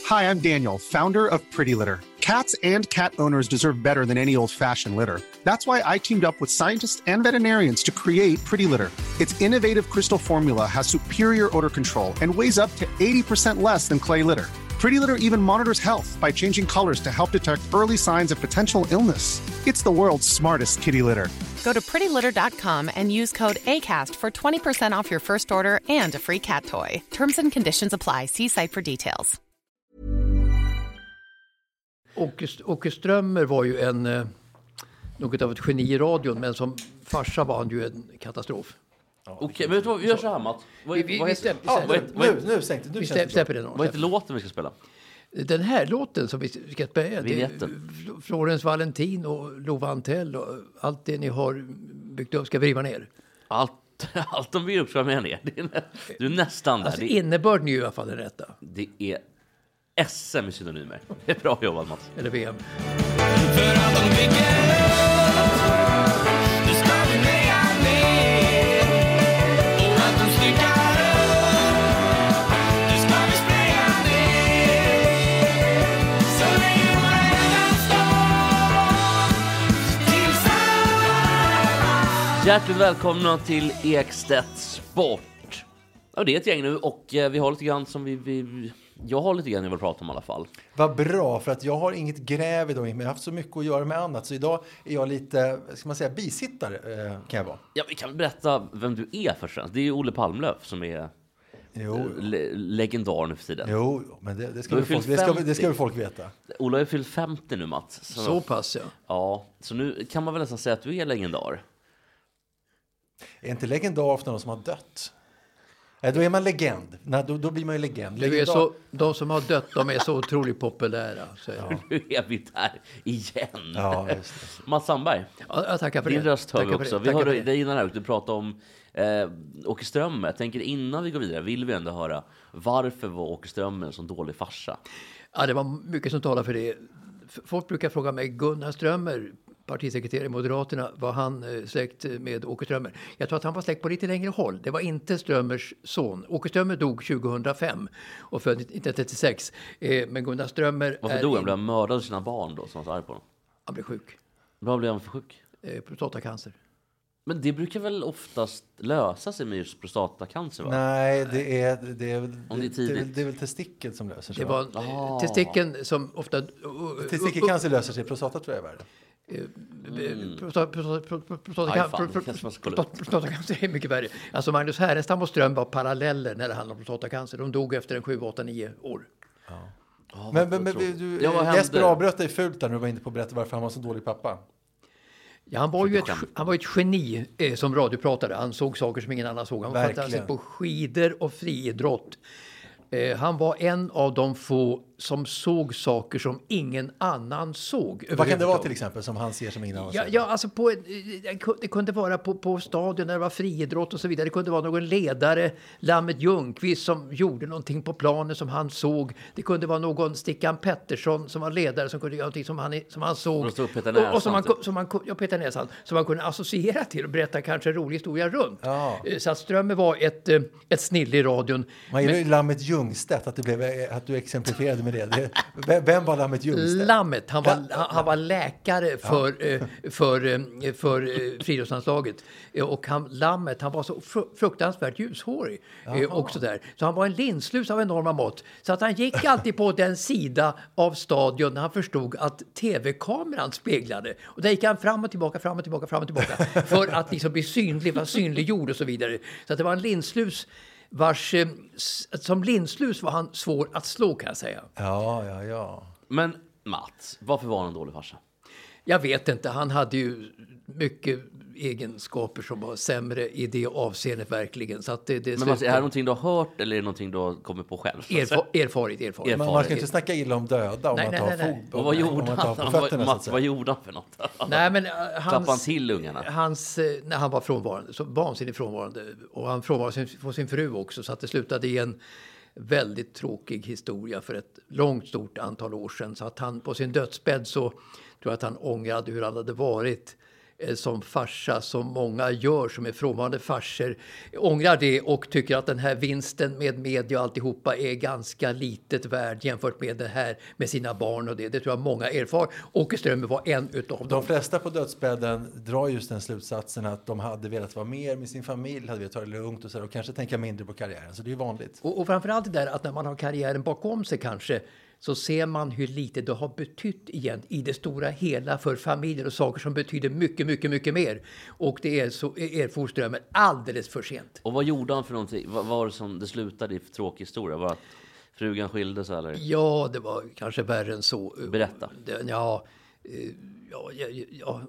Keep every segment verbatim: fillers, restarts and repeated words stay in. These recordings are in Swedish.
Hi, I'm Daniel, founder of Pretty Litter. Cats and cat owners deserve better than any old-fashioned litter. That's why I teamed up with scientists and veterinarians to create Pretty Litter. Its innovative crystal formula has superior odor control and weighs up to eighty percent less than clay litter. Pretty Litter even monitors health by changing colors to help detect early signs of potential illness. It's the world's smartest kitty litter. Go to pretty litter dot com and use code ACAST for twenty percent off your first order and a free cat toy. Terms and conditions apply. See site for details. Åke, Åke Strömmer var ju en, eh, något av ett geni i radion, men som farsa var han ju en katastrof. Ja, okej, okay, men vet du vad vi gör så här, Mats? Vad, vi, vi, vad heter, stäm, ah, vad, nu, nu sänkte du. Vi släpper den. Vad heter låten vi ska spela? Den här låten som vi ska spela, det är Florence Valentin och Lova Antell och allt det ni har byggt upp ska vi riva ner. Allt, allt de bygger upp ska vi ner. Det är, du är nästan där. Alltså, innebörden är ju i alla fall den rätta. Det är S M i synonymer. Det är bra jobbat, Mats. Eller V M. För att de bygger nu ska vi lägga ner och att de styckar nu ska vi spränga ner så länge varenda stad tillsammans. Hjärtligt välkomna till Ekstedt Sport. Ja, det är ett gäng nu och eh, vi har lite grann som vi... vi Jag har lite grann jag vill prata om i alla fall. Vad bra, för att jag har inget gräv idag, men jag har haft så mycket att göra med annat. Så idag är jag lite, ska man säga, bisittare kan jag vara. Ja, vi kan berätta vem du är först. Det är ju Olle Palmlöf som är le- legendar nu för tiden. Jo, men det, det, ska väl folk, det, ska, det ska väl folk veta. Olle har fyllt femtio nu, Mats. Så, så pass, ja. Ja, så nu kan man väl nästan säga att du är legendar. Är inte legendar för någon som har dött? Nej, då är man legend. Nej, då, då blir man ju legend. Det är så, de som har dött, de är så otroligt populära. Så ja. Nu är vi där igen. Ja, just det. Mats Sandberg. Ja, jag tackar för Din det. röst hör vi också. Det. Vi hörde dig innan här, du pratade om eh, Åke Strömmer. Jag tänker innan vi går vidare vill vi ändå höra varför var Åke Strömmer en sån dålig farsa? Ja, det var mycket som talar för det. Folk brukar fråga mig, Gunnar Strömmer, partisekreterare i Moderaterna, var han eh, släkt med Åke Strömmer? Jag tror att han var släkt på lite längre håll. Det var inte Strömmers son. Åke Strömmer dog tjugohundrafem och född nittonhundratrettiosex. Eh, men Gunnar Strömmer... Varför dog han? Blev han mördad av sina barn då som var så arg på honom? Han blev sjuk. Vad blev han för sjuk? Eh, prostatacancer. Men det brukar väl oftast lösa sig med just prostatacancer, va? Nej, det är, det är, Om det är det, tidigt. det, det är väl testikeln som löser sig. Det var Ah. testikeln som ofta... Testikelcancer löser sig, prostata tror jag är värre. Prostatacancer är mycket värre. Alltså Magnus Härenstam och Ström var paralleller när det handlade om prostatacancer. De dog efter en sju, åtta, nio år. Ja. Ja, men men, men du, ja, Jesper avbröt dig fult där när du var inne på att berätta varför han var så dålig pappa. Ja, han var ju ett, han var ett geni eh, som radiopratare. Han såg saker som ingen annan såg. Han var fantastisk på skidor och friidrott. Eh, han var en av de få som såg saker som ingen annan såg. Vad kan det vara till exempel som han ser som ingen annan ja, såg? Ja, alltså på, det kunde vara på, på stadion när det var friidrott och så vidare. Det kunde vara någon ledare, Lammet Ljungqvist, som gjorde någonting på planen som han såg. Det kunde vara någon Stickan Pettersson som var ledare som kunde göra någonting som han, som han såg. Och, och, och som han, som han, ja, Peter Näsand, som man kunde associera till och berätta kanske en rolig historia runt. Ja. Så att Strömmer var ett, ett snille i radion. Man gillar ju Lammet Ljungstedt, att, det blev, att du exemplifierade med det. det vem var Lammet Ljungstedt? Lammet, han var, han, han var läkare för, ja. för, för, för friidrottsanslaget. Och han, Lammet, han var så fruktansvärt ljushårig. Jaha. Också där. Så han var en linslus av enorma mått. Så att han gick alltid på den sida av stadion när han förstod att tv-kameran speglade. Och där gick han fram och tillbaka, fram och tillbaka, fram och tillbaka. För att liksom bli synlig, vara synliggjord och så vidare. Så att det var en linslus vars, som linslus var han svår att slå, kan jag säga. Ja, ja, ja. Men Mats, varför var han en dålig farsa? Jag vet inte, han hade ju mycket egenskaper som var sämre i det avseendet verkligen. Så att det, det men Mats, är det här någonting du har hört eller är det någonting du har kommit på själv? Erfar, erfarit, erfarit. Man, man ska inte snacka illa om döda om nej, man tar nej, nej, nej. fotboll. Och vad gjorde han? han fötterna, Mats, vad gjorde han för något? Nej, men, uh, hans, han till ungarna? Hans, uh, när han var frånvarande, så vansinnigt frånvarande. Och han frånvarande på sin fru också. Så att det slutade i en väldigt tråkig historia för ett långt stort antal år sedan. Så att han på sin dödsbädd så tror jag att han ångrade hur han hade varit som farsa som många gör som är frånvarande farser ångrar det och tycker att den här vinsten med media och alltihopa är ganska litet värd jämfört med det här med sina barn och det. Det tror jag många erfar. Åke Strömmer var en utav dem. De flesta på dödsbädden drar just den slutsatsen att de hade velat vara mer med sin familj, hade velat ta det lugnt och, så, och kanske tänka mindre på karriären. Så det är ju vanligt. Och, och framförallt det där att när man har karriären bakom sig kanske så ser man hur lite det har betytt igen i det stora hela för familjer och saker som betyder mycket, mycket, mycket mer. Och det är så erfor Strömmer alldeles för sent. Och vad gjorde han för någonting? Vad var det som det slutade i för tråkig historia? Var att frugan skilde sig eller? Ja, det var kanske värre än så. Berätta. Det, ja, ja, ja, ja,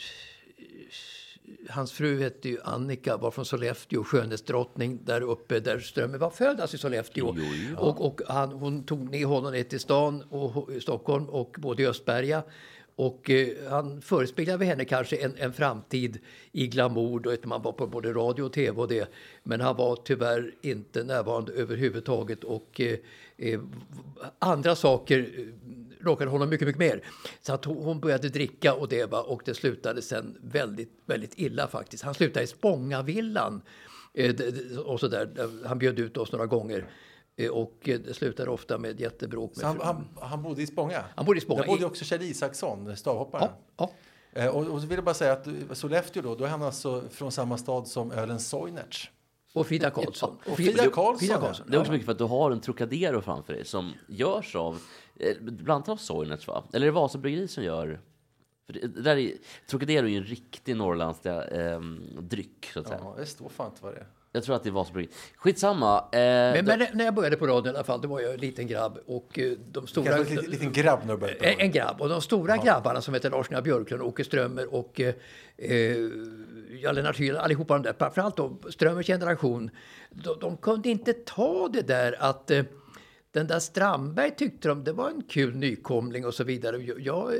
hans fru hette ju Annika, var från Sollefteå, skönhetsdrottning där uppe där Strömmer var född, alltså i Sollefteå. Jo, jo. Och, och han, hon tog ner honom ner till stan och i Stockholm och både i Östberga. Och eh, han förespeglade henne kanske en, en framtid i glamour då man var på både radio och tv och det. Men han var tyvärr inte närvarande överhuvudtaget och eh, eh, andra saker eh, råkade honom mycket, mycket mer. Så att hon, hon började dricka och det var, och det slutade sen väldigt, väldigt illa faktiskt. Han slutade i Spångavillan eh, och så där. Han bjöd ut oss några gånger. Och det slutade ofta med jättebråk. Med han, han, han bodde i Spånga? Han bodde i Spånga. Där bodde också Kjell Isaksson, stavhopparen. Ja, ja. Och, och så vill jag bara säga att Sollefteå då, då är han alltså från samma stad som ölen Soinerts. Och Frida Karlsson. Och Frida Karlsson. Frida Karlsson. Det är också mycket för att du har en Trocadero framför dig som görs av, bland annat av Soinerts va? Eller är det Vasa Bryggeri som gör? För det, det där är, Trocadero är ju en riktig norrländska eh, dryck så att säga. Ja, det står fan inte vad det är. Jag tror att det var så bra. Skitsamma. Eh, men, men när jag började på radion i alla fall, då var jag en liten grabb. Och eh, de stora... En liten, liten grabb när du började på en, en grabb. Och de stora ja. grabbarna som heter Lars-Gunnar Björklund, Åke Strömmer och eh, ja, Lennart Hyland, allihopa de där. Framförallt då, Strömmers generation. De, de kunde inte ta det där att... Eh, den där Strandberg tyckte de, det var en kul nykomling och så vidare. Jag,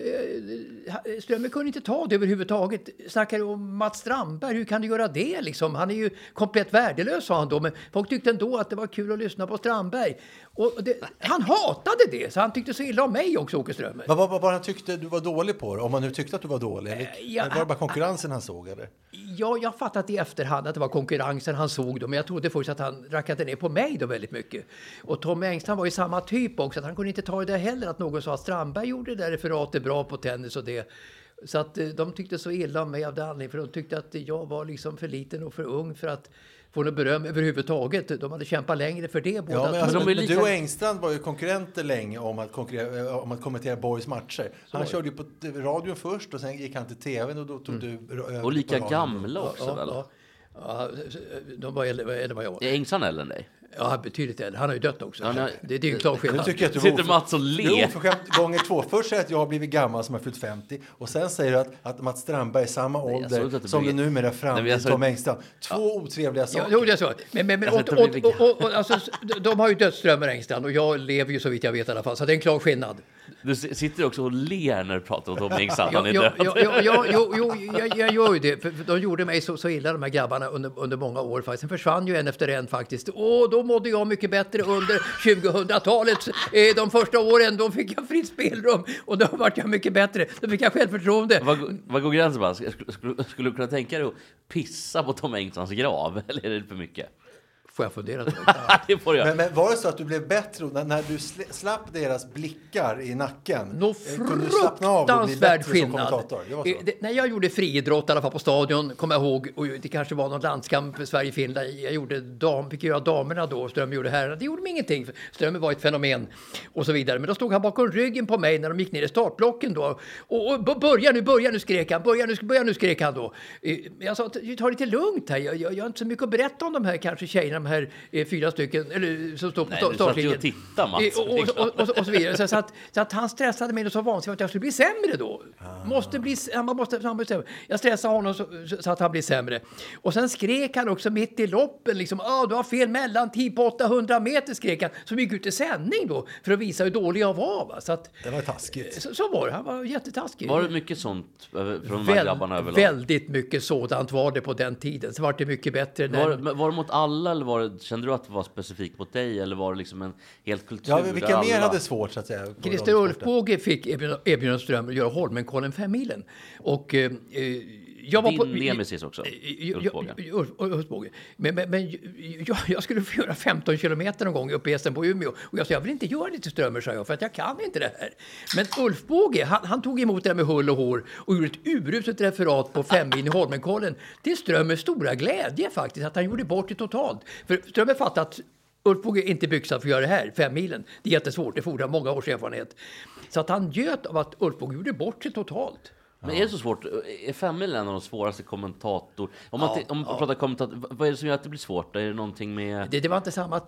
jag, Strömmer kunde inte ta det överhuvudtaget. Snackade om Mats Strandberg, hur kan du göra det liksom? Han är ju komplett värdelös, sa han då. Men folk tyckte ändå att det var kul att lyssna på Strandberg. Och det, han hatade det, så han tyckte så illa om mig också, Åke Strömmer. Vad var, vad var han tyckte du var dålig på? Om man nu tyckte att du var dålig? Eller, ja, eller var det bara konkurrensen han såg? Eller? Ja, jag fattat i efterhand att det var konkurrensen han såg då. Men jag trodde först att han rackade ner på mig då väldigt mycket. Och Tom Engstrand var ju samma typ också. Att han kunde inte ta det heller. Att någon sa att Strandberg gjorde det där referatet bra på tennis och det. Så att de tyckte så illa om mig av det anledningen. För de tyckte att jag var liksom för liten och för ung för att få något beröm överhuvudtaget. De hade kämpat längre för det. Båda ja, men alltså, de men lika... Du och Engstrand var ju konkurrenter länge om att, konkurrera, om att kommentera Borgs matcher. Han så körde ju på radion först och sen gick han till tvn och då tog mm. du över. Och lika gamla också ja, väl? Ja, ja. De var äldre än vad jag var. Är Engstrand äldre än dig? Ja, betydligt äldre. Han har ju dött också. Ja, nej. det, det är ju en klar skillnad. Nu tycker jag att du Sitter Mats och ler. Du är oförskämt gånger två. Först säger att jag har blivit gammal som har fyllt femtio. Och sen säger du att, att Mats Strandberg är samma nej, ålder som du numera fram till Tom Engstrand. Två ja. otrevliga saker. Ja, jo, det är så. Men, men, men, och, och, och, och, och, alltså, de har ju dödsströmmar Engstrand och jag lever ju så vitt jag vet i alla fall. Så det är en klar skillnad. Du sitter också och ler när du pratar om Tom Engstrand. Han är död. Jo, jo, jo, jo, jo, jag, jag gör ju det. För de gjorde mig så, så illa, de här grabbarna, under, under många år. Faktiskt. Sen försvann ju en efter en faktiskt. Och då mådde jag mycket bättre under tjugohundratalet. Eh, de första åren, då fick jag fritt spelrum. Och då var jag mycket bättre. Då fick jag självförtroende. Vad, vad går gränsen bara? Skulle, skulle, skulle du kunna tänka dig att pissa på Tom Engstrands grav? Eller är det för mycket? Får jag fundera på det? får jag. Men, men var det så att du blev bättre när, när du slapp deras blickar i nacken? Nå fruktansvärd skillnad. Det, när jag gjorde friidrott i alla fall på stadion, kommer jag ihåg, och det kanske var någon landskamp för Sverige-Finland. Jag gjorde dam, fick göra damerna då, Strömmer gjorde herrarna. Det gjorde mig ingenting. Strömmer var ett fenomen och så vidare. Men då stod han bakom ryggen på mig när de gick ner i startblocken då. Och, och börja nu, börja nu, skrek han. Börja nu, börja nu, skrek han då. Jag sa, ta det lite lugnt här. Jag, jag, jag har inte så mycket att berätta om de här kanske tjejerna, här eh, fyra stycken eller som står på Nej, startlinjen. Och titta, Mats. Eh, och, och, och, och, och så vidare. Så, så, att, så att han stressade mig så vansinnigt att jag skulle bli sämre då. Ah. Måste bli, man måste, han måste, jag stressade honom så, så att han blir sämre. Och sen skrek han också mitt i loppen liksom, ah, du har fel mellantid på åttahundra meter, skrek han. Som gick ut i sändning då för att visa hur dålig jag var. Va? Så att, det var taskigt. Så, så var det, han var jättetaskig. Var det mycket sånt från de här Väl, grabbarna överlag? Väldigt mycket sådant var det på den tiden. Så var det mycket bättre. När... Var, var det mot alla eller var det, kände du att det var specifikt mot dig eller var det liksom en helt kultur? Ja, vilka alla... mer hade svårt så att säga? Christer Ulfbåge fick erbjudande Strömmer att göra Holmenkollen fem milen. Och eh, Jag var Din på, nemesis också, Ulfbåge. Ulfbåge. Men, men, men jag, jag skulle få göra femton kilometer någon gång uppe i Essen på Umeå. Och jag sa, jag vill inte göra det till Strömmer, sa jag, för att jag kan inte det här. Men Ulfbåge, han, han tog emot det med hull och hår och gjorde ett uruset referat på fem mil i Holmenkollen. Det är Strömmers stora glädje faktiskt, att han gjorde bort det totalt. För Strömmer fattade att Ulfbåge inte byxad för att göra det här, fem milen. Det är jättesvårt, det fordrar många års erfarenhet. Så att han göt av att Ulfbåge gjorde bort sig totalt. Men är det så svårt? Är femmil en av de svåraste kommentator? Om man, Ja, t- om man ja. pratar kommentator, vad är det som gör att det blir svårt? Är det någonting med... Det, det var inte samma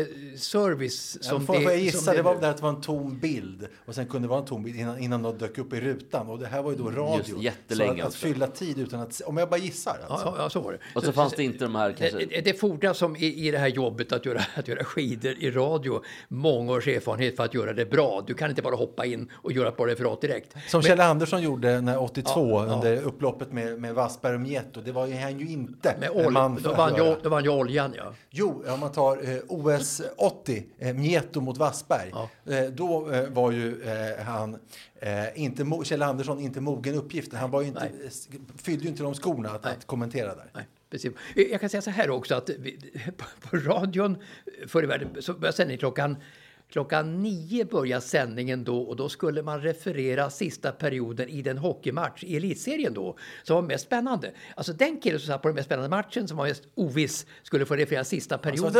tv-service som som får, får jag gissa, som det var där att det var en tom bild. Och sen kunde det vara en tom bild innan, innan något dök upp i rutan. Och det här var ju då radio. Just, jättelänge så att, att alltså. fylla tid utan att... Om jag bara gissar alltså. Ja, ja, så var det. Och så fanns det inte de här kanske... Det, det fordras som i, i det här jobbet att göra, att göra skidor i radio många års erfarenhet för att göra det bra. Du kan inte bara hoppa in och göra ett bra referat direkt. Som Kjell Andersson gjorde när åttiotvå Ja, ja. under upploppet med, med Wassberg och Mietto. Det var ju han ju inte Med en ol, man för då, att vann göra. jag, då vann jag oljan, ja. Jo, om man tar eh, O S åttio, eh, Mietto mot Wassberg. Ja. Eh, då eh, var ju eh, han, eh, inte mo- Kjell Andersson, inte mogen uppgiften. Han var ju inte, Nej. s- fyllde ju inte de skorna att, att kommentera där. Nej, precis. Jag kan säga så här också att vi, på, på radion förr i världen så började sändningen klockan Klockan nio började sändningen då och då skulle man referera sista perioden i den hockeymatch i elitserien då som var mest spännande. Alltså den killen som satt på den mest spännande matchen som var mest oviss skulle få referera sista perioden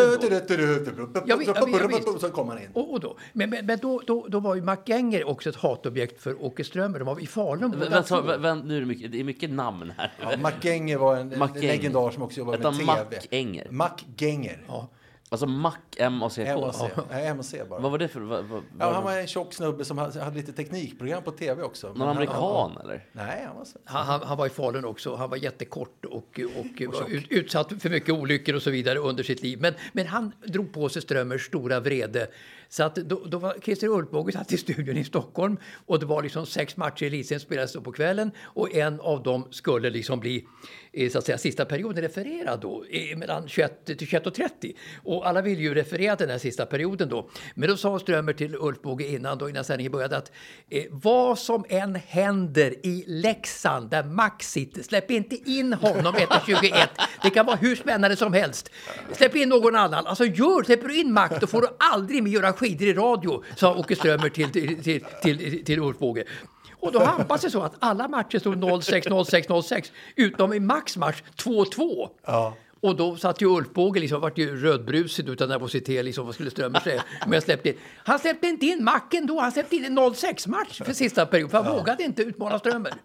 då. Ja, vi- ja, vi- ja, visst. Så kom han in. Och, och då. Men, men, men då, då, då var ju Mac-Genger också ett hatobjekt för Åke Strömmer. De var i Falun. båda Vänta, två. vä- vä- nu är det mycket, det är mycket namn här. Ja, Mac-Genger var en, en Mac-Genger. legendar som också jobbade Hette med han T V. Mac-Enger? Mac-Genger. Ja. Alltså Mac, M A C M K. A C. Nej, M A C bara. Vad var det för... Vad, vad, Ja, var han det- var en tjock snubbe som hade, hade lite teknikprogram på T V också. Men Någon han- amerikan han- eller? Nej, han var så. Han, han, han var i Falun också. Han var jättekort och, och, var ut, utsatt för mycket olyckor och så vidare under sitt liv. Men, men han drog på sig Strömmers stora vrede. Så att då, då var Christer Ulfbåge satt i studion i Stockholm och det var liksom sex matcher i elitserien spelades då på kvällen och en av dem skulle liksom bli eh, så att säga sista perioden refererad då eh, mellan tjugoett till tjugoett och trettio och alla ville ju referera till den här sista perioden då. Men då sa Strömmer till Ulfbåge innan då innan sändningen började att eh, vad som än händer i Leksand där Max sitter, släpp inte in honom ett tjugoett. Det kan vara hur spännande som helst. Släpp in någon annan. Alltså gör, släpper du in Max då får du aldrig mer göra skidor i radio, sa Åke Strömmer till, till, till, till, till Ulfbåge. Och då hampas det så att alla matcher stod noll sex, noll sex, noll sex utom i Max match två två. Ja. Och då satt ju Ulfbåge liksom, vart ju rödbrusig utan nervositet, liksom, vad skulle Strömmer säga? Men jag släppte in. Han släppte inte in Macken då, han släppte in en noll sex match för sista perioden, för han vågade inte utmana Strömmer.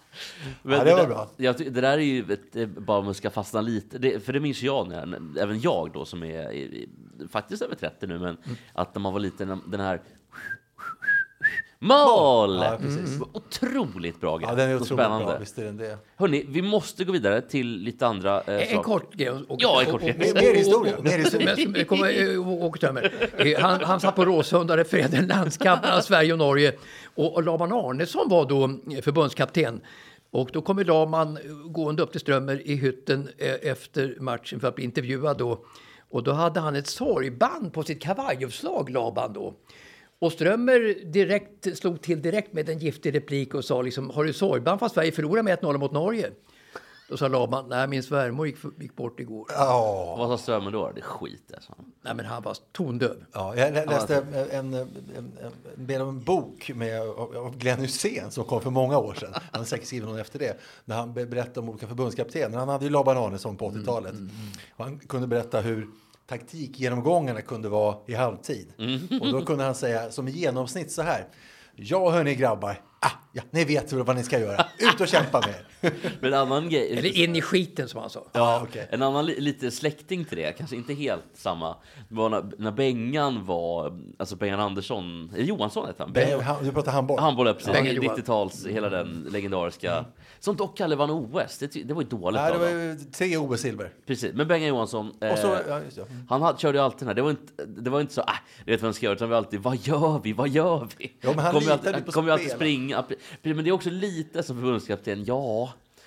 Men Ja, det var där- bra. Jag, ty- det där är ju ett, eh, bara om man ska fastna lite. Det, för det minns jag, när, även jag då som är i, i, faktiskt över trettio nu, men Mm. att när man var liten, den här mål! Ja, precis. Mm. Otroligt bra grej. Ja, den är och otroligt spännande. bra. Visst är den det. Hörrni, vi måste gå vidare till lite andra eh, En saker. kort grej. Och, Ja, en kort grej. Mer- mer historia, mer historia. Men- men kommer, eh, Åke Strömmer. Eh, Han, han satt på Råsunda och refererade en landskamp mellan Sverige och Norge. Och, och Laban Arnesson var då eh, förbundskapten. Och då kommer Laban gående upp till Strömmer i hytten eh, efter matchen för att bli intervjuad då. Och då hade han ett sorgband på sitt kavajuppslag, Laban då. Och Strömmer direkt, slog till direkt med en giftig replik och sa liksom, har du sorgband fast Sverige förlorar med ett noll mot Norge? Då sa Laban, nej min svärmor gick, gick bort igår. Ja. Vad sa Strömmer då? Det är skit alltså. Nej men han var tondöv. Ja, jag lä- läste en, en, en, en, en del av en bok med, av av Glenn Hysén som kom för många år sedan. Han har säkert skrivit någon efter det. När han be- berättade om olika förbundskaptener. Han hade ju Laban Arnesson på åttiotalet. Och han kunde berätta hur taktikgenomgångarna kunde vara i halvtid. Och då kunde han säga som i genomsnitt så här. Ja hörni grabbar, ah, ja, ni vet vad ni ska göra. Ut och kämpa med er. Men en annan grej... Eller in i skiten som han sa. Ja, okej. En annan li- lite släkting till det, kanske inte helt samma, var när, när Bengan var, alltså Bengan Andersson, eller Johansson hette han. Ben, han, du pratar handboll. Handboll, precis. Bengan Johan. nittio-tals, hela den legendariska. Som dock aldrig vann O S. Det, ty- det var ju dåligt Nej, det av var dem. ju tre O S-silver. Precis, men Bengan Johansson, eh, Och så, ja, just det. han hade, körde ju alltid den här. Det var inte, det var inte så, äh, det vet vad man ska göra, utan vi var alltid, vad gör vi, vad gör vi? Ja, men han kommer ju litade alltid, ju han på kommer ju alltid spel. springa. Men det är också lite som förbundskapten, ja,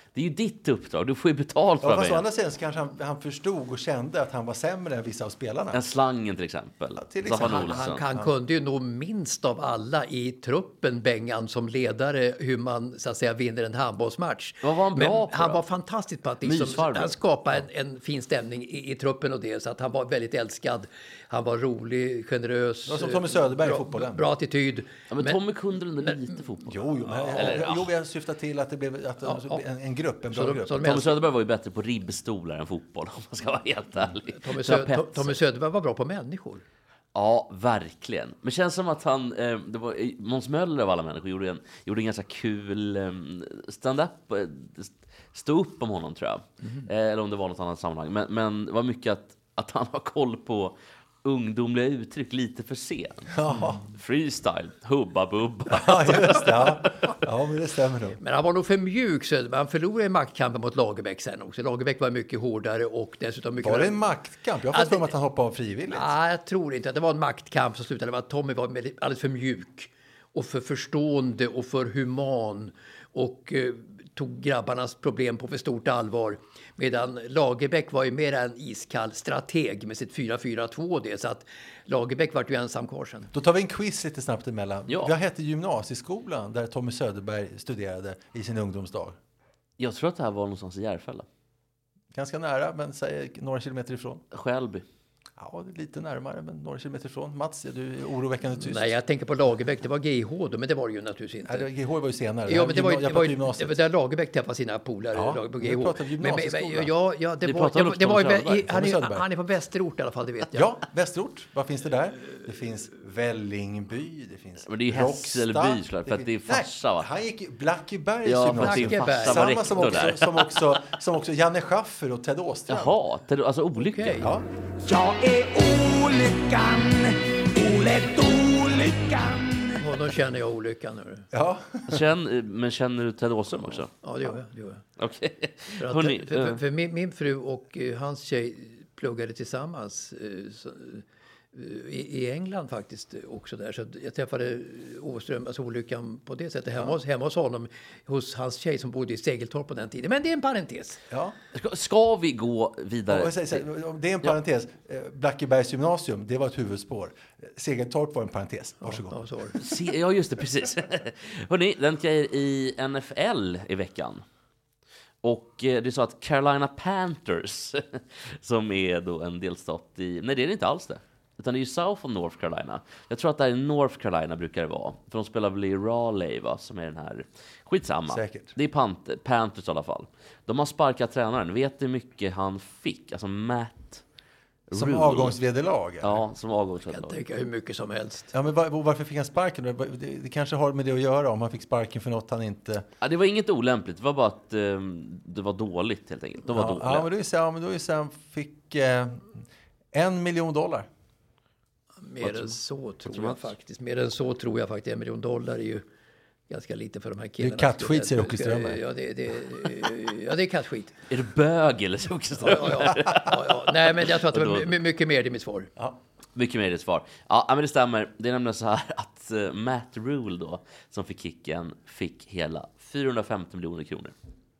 Det är ju ditt uppdrag. Du får ju betalt för Ja, fast å det. andra sidan så kanske han, han förstod och kände att han var sämre än vissa av spelarna. En Slangen till exempel. Ja, till Staffan exempel. Olsson. Han, han kunde ju nog minst av alla i truppen, Bengan, som ledare, hur man så att säga vinner en handbollsmatch. Vad var han bra Men på han då? var fantastisk på att liksom, Mysfarbror. han skapade en, en fin stämning i, i truppen och det, så att han var väldigt älskad. Han var rolig, generös. Det var som Tommy Söderberg i bra, fotbollen. Bra attityd. Ja, men, Tommy kunde ändå lite fotboll. Jo, jo, men, Eller, ja. jo, jag syftar till att det blev att, Ja, ja. En, en grupp, en Så bra de- grupp. så de Tommy älskade- Söderberg var ju bättre på ribbstolar än fotboll, om man ska vara helt ärlig. Tommy, Så Sö- pets. To- Tommy Söderberg var bra på människor. Ja, verkligen. Men känns som att han, eh, det var, eh, Måns Möller av alla människor gjorde en, gjorde en ganska kul eh, stand-up, eh, stå upp om honom tror jag. Eh, eller om det var något annat sammanhang. Men, men det var mycket att, att han har koll på ungdomliga uttryck lite för sent. Ja, Freestyle, hubba bubba. ja, just det. Ja. ja, men det stämmer nog. Men han var nog för mjuk, Söderberg. Han förlorade i maktkampen mot Lagerbäck sen också. Lagerbäck var mycket hårdare och dessutom mycket... Var det en maktkamp? Jag har Ja, fått för mig det- att han hoppade av frivilligt. Nej, jag tror inte att det var en maktkamp som slutade med att Tommy var väldigt- alldeles för mjuk och för förstående och för human och eh, tog grabbarnas problem på för stort allvar. Medan Lagerbäck var ju mer en iskall strateg med sitt fyra fyra två det, så att Lagerbäck var ju ensam kvar sen. Då tar vi en quiz lite snabbt emellan. Ja. Vad hette gymnasieskolan där Tommy Söderberg studerade i sin ungdomsdag? Jag tror att det här var någonstans i Järfälla. Ganska nära, men säg några kilometer ifrån. Skälby. Ja, det är lite närmare, men några kilometer ifrån. Mats, är du oroväckande tyst? Nej, jag tänker på Lagerbäck. Det var G H då, men det var det ju naturligtvis inte. Nej, det- G H var ju senare. Ja, men det var ju, Jag det pratar var ju gymnasiet. det var där Lagerbäck träffade sina polare Ja, lag- på vi G H. pratar Men, men, gymnasieskola. ja, ja, det Vi var, pratar det, också det om var ju, Söderberg. han, Tommy är, Söderberg. han är från västerort i alla fall, det vet jag. Ja, Västerort. Vad finns det där? Det finns Vällingby, det finns Men det är ju Hässelby, Råcksta, såklart, för att det är finns- farsa, Nej, va? han gick i Blackebergs Ja, för att gymnasium. din Blackeberg. farsa var Samma som rektor också, där. som, också, som också Janne Schaffer och Ted Åström. Jaha, Ted- alltså olycka. Okej. Ja. Jag är olyckan, olätt olyckan. Och då känner jag olyckan nu. Ja. Känn, men känner du Ted Åström också? Ja, det gör jag. Det gör jag. Okej. För, att, Hörrni, för, för, eh, för min, min fru och eh, hans tjej pluggade tillsammans eh, så, eh, i, i England faktiskt också där. Så jag träffade Åström, alltså olyckan på det sättet hemma, hos, hemma hos honom, hos hans tjej som bodde i Segeltorp på den tiden. Men det är en parentes. Ja. ska, ska vi gå vidare? Och jag säger så här, det är en parentes. Eh, Blackebergs gymnasium, det var ett huvudspår. Segeltorp var en parentes. Varsågod. Ja, så var det. Se, ja, just det, precis. Hörrni, den grejer i N F L i veckan. Och eh, det är så att Carolina Panthers, som är då en delstat i... Nej, det är det inte alls det. Utan det är ju South of North Carolina. Jag tror att det är North Carolina brukar det vara. För de spelar väl i Raleigh, va? Som är den här... Skitsamma. Säkert. Det är Pant- Panthers i alla fall. De har sparkat tränaren. Vet du hur mycket han fick? Alltså Matt Som Rule. avgångsvederlag. Ja. Ja, som Jag avgångsvederlag. kan tänka hur mycket som helst. Ja, men var, varför fick han sparken? Det, det, det kanske har med det att göra om han fick sparken för något han inte... Ja, det var inget olämpligt. Det var bara att eh, det var dåligt helt enkelt. De var ja, dåliga. ja, men då är det så, ja, men då är det så han fick eh, en miljon dollar. Mer än så tror tror jag Mats? faktiskt. Mer än så tror jag faktiskt. En miljon dollar är ju ganska lite för de här killarna. kattskit, säger Åke Strömberg. Ja, det, det, ja, det är kattskit. Är det bög eller så också? Ja, ja, ja, ja. Nej, men jag tror att det Och var då- my- mycket mer i mitt svar. Ja. Mycket mer i ditt svar. Ja, men det stämmer. Det är nämligen så här att eh, Matt Rule då, som fick kicken, fick hela fyrahundrafemtio miljoner kronor.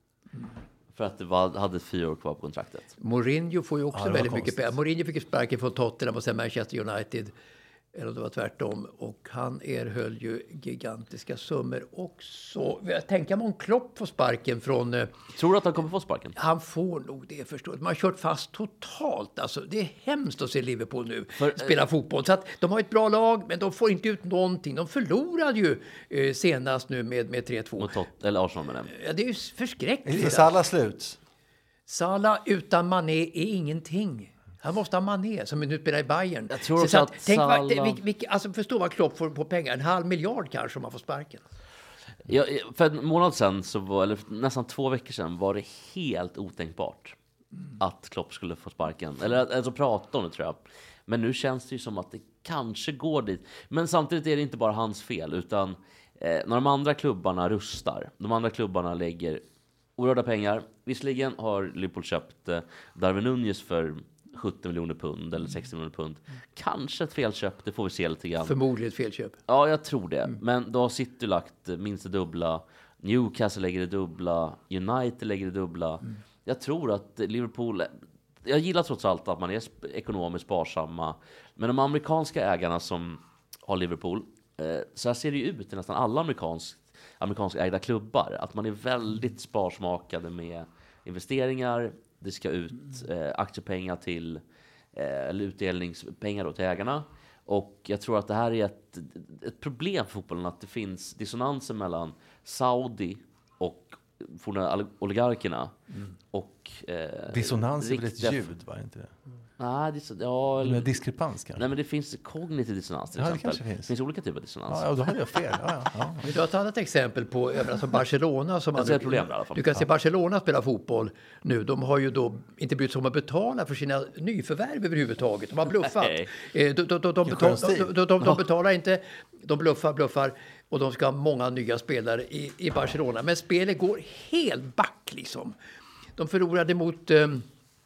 För att det var, hade fyra år kvar på kontraktet. Mourinho får ju också Ja, det var väldigt mycket konstigt. pengar. Mourinho fick ju sparken från Tottenham och sen Manchester United. Eller om det var tvärtom. Och han erhöll ju gigantiska summor också. Jag tänker mig om Klopp får sparken från... eh, Tror du att han kommer få sparken? Han får nog det, förstår du. Man har kört fast totalt. Alltså, det är hemskt att se Liverpool nu För- spela fotboll. Så att de har ett bra lag, men de får inte ut någonting. De förlorade ju eh, senast nu med, med tre två. Mot Tot- eller Arsenal med det. Ja, det är ju Är förskräckligt. Salah slut? Salah utan Mané är ingenting. Han måste ha Mané som nu spelar i Bayern. Jag tror Så också att, att tänk, vad- Salah- vilk- vilk- alltså, förstå vad Klopp får på pengar. En halv miljard kanske om man får sparken. Ja, för en månad sedan, så var, eller nästan två veckor sedan, var det helt otänkbart att Klopp skulle få sparken. Eller att- alltså prata om det, tror jag. Men nu känns det ju som att det kanske går dit. Men samtidigt är det inte bara hans fel, utan eh, när de andra klubbarna rustar, de andra klubbarna lägger oerhörda pengar. Visserligen har Liverpool köpt eh, Darwin Nunez för sjuttio miljoner pund eller sextio miljoner pund. Kanske ett felköp, det får vi se lite grann. Förmodligen ett felköp. Ja, jag tror det. Men då har City lagt minst det dubbla. Newcastle lägger det dubbla. United lägger det dubbla. Mm. Jag tror att Liverpool... Jag gillar trots allt att man är ekonomiskt sparsamma. Men de amerikanska ägarna som har Liverpool, eh, så här ser det ju ut i nästan alla amerikansk, amerikanska ägda klubbar. Att man är väldigt sparsmakade med investeringar. Det ska ut eh, aktiepengar till, eh, eller utdelningspengar då till ägarna. Och jag tror att det här är ett, ett problem för fotbollen, att det finns dissonanser mellan Saudi och forna oligarkerna. Mm. Och, eh, dissonans är väl ett ljud, var det inte det? Nej, det, ja, eller diskrepans kanske? Nej, men det finns kognitiv dissonans till ja, exempel. Det, finns. det finns olika typer av dissonans. Ja, ja, då hade jag fel. Ja, ja, ja. Vi har ett annat exempel på alltså Barcelona. Som det är ett problem där, i alla fall. Du kan se Barcelona spela fotboll nu. De har ju då inte brytt sig om att betala för sina nyförvärv överhuvudtaget. De har bluffat. de, de, de, de, betal, de, de, de, de betalar inte, de bluffar, bluffar. Och de ska ha många nya spelare i, i Barcelona. Men spelet går helt back liksom. De förlorade mot... Um,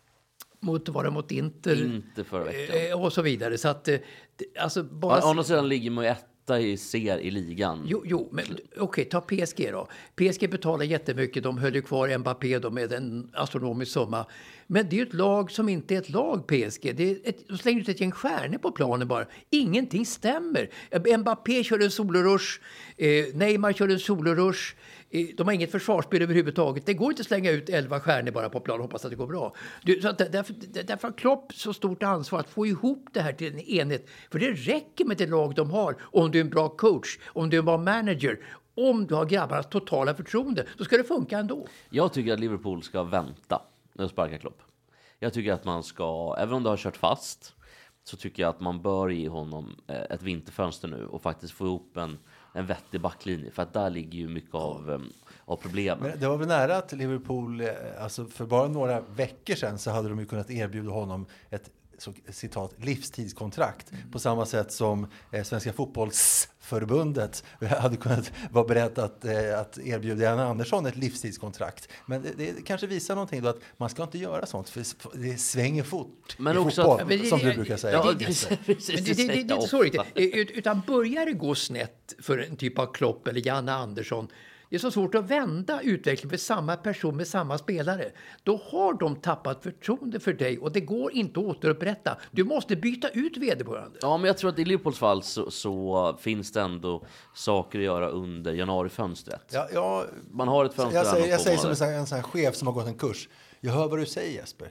mot var det mot Inter, Inter förra veckan. Och så vidare. Så att, alltså bara... Ja, andra sidan ligger man ju etta i ser i ligan. Jo, jo men okej, okay, ta P S G då. P S G betalar jättemycket. De höll ju kvar Mbappé då med en astronomisk summa. Men det är ju ett lag som inte är ett lag, P S G. Det är ett, de slänger ut ett gäng stjärnor på planen bara. Ingenting stämmer. Mbappé kör en solorush. Eh, Neymar kör en solorush. De har inget försvarsspel överhuvudtaget. Det går inte att slänga ut elva stjärnor bara på plan och hoppas att det går bra. Så att därför, därför har Klopp så stort ansvar att få ihop det här till en enhet. För det räcker med det lag de har. Om du är en bra coach, om du är en bra manager, om du har grabbarnas totala förtroende, då ska det funka ändå. Jag tycker att Liverpool ska vänta med att sparka Klopp. Jag tycker att man ska, även om du har kört fast, så tycker jag att man bör ge honom ett vinterfönster nu och faktiskt få ihop en en vettig backlinje, för att där ligger ju mycket av, um, av problemen. Men det var väl nära att Liverpool, alltså för bara några veckor sedan så hade de ju kunnat erbjuda honom ett så, citat, livstidskontrakt mm. på samma sätt som eh, Svenska fotbollsförbundet hade kunnat vara berett att, eh, att erbjuda Jan Andersson ett livstidskontrakt. Men det, det kanske visar någonting då, att man ska inte göra sånt, för det svänger fort men i också fotboll, att, men, som du brukar säga. Ja, det, det, det, det, det, det är inte så riktigt. Utan börjar det gå snett för en typ av Klopp eller Jan Andersson, det är så svårt att vända utvecklingen för samma person med samma spelare. Då har de tappat förtroende för dig och det går inte att återupprätta. Du måste byta ut vederbörande. Ja, men jag tror att i Liverpools fall så, så finns det ändå saker att göra under januarifönstret. Ja, ja, man har ett fönster. Jag säger, jag säger som en, sån, en sån här chef som har gått en kurs. Jag hör vad du säger, Jesper.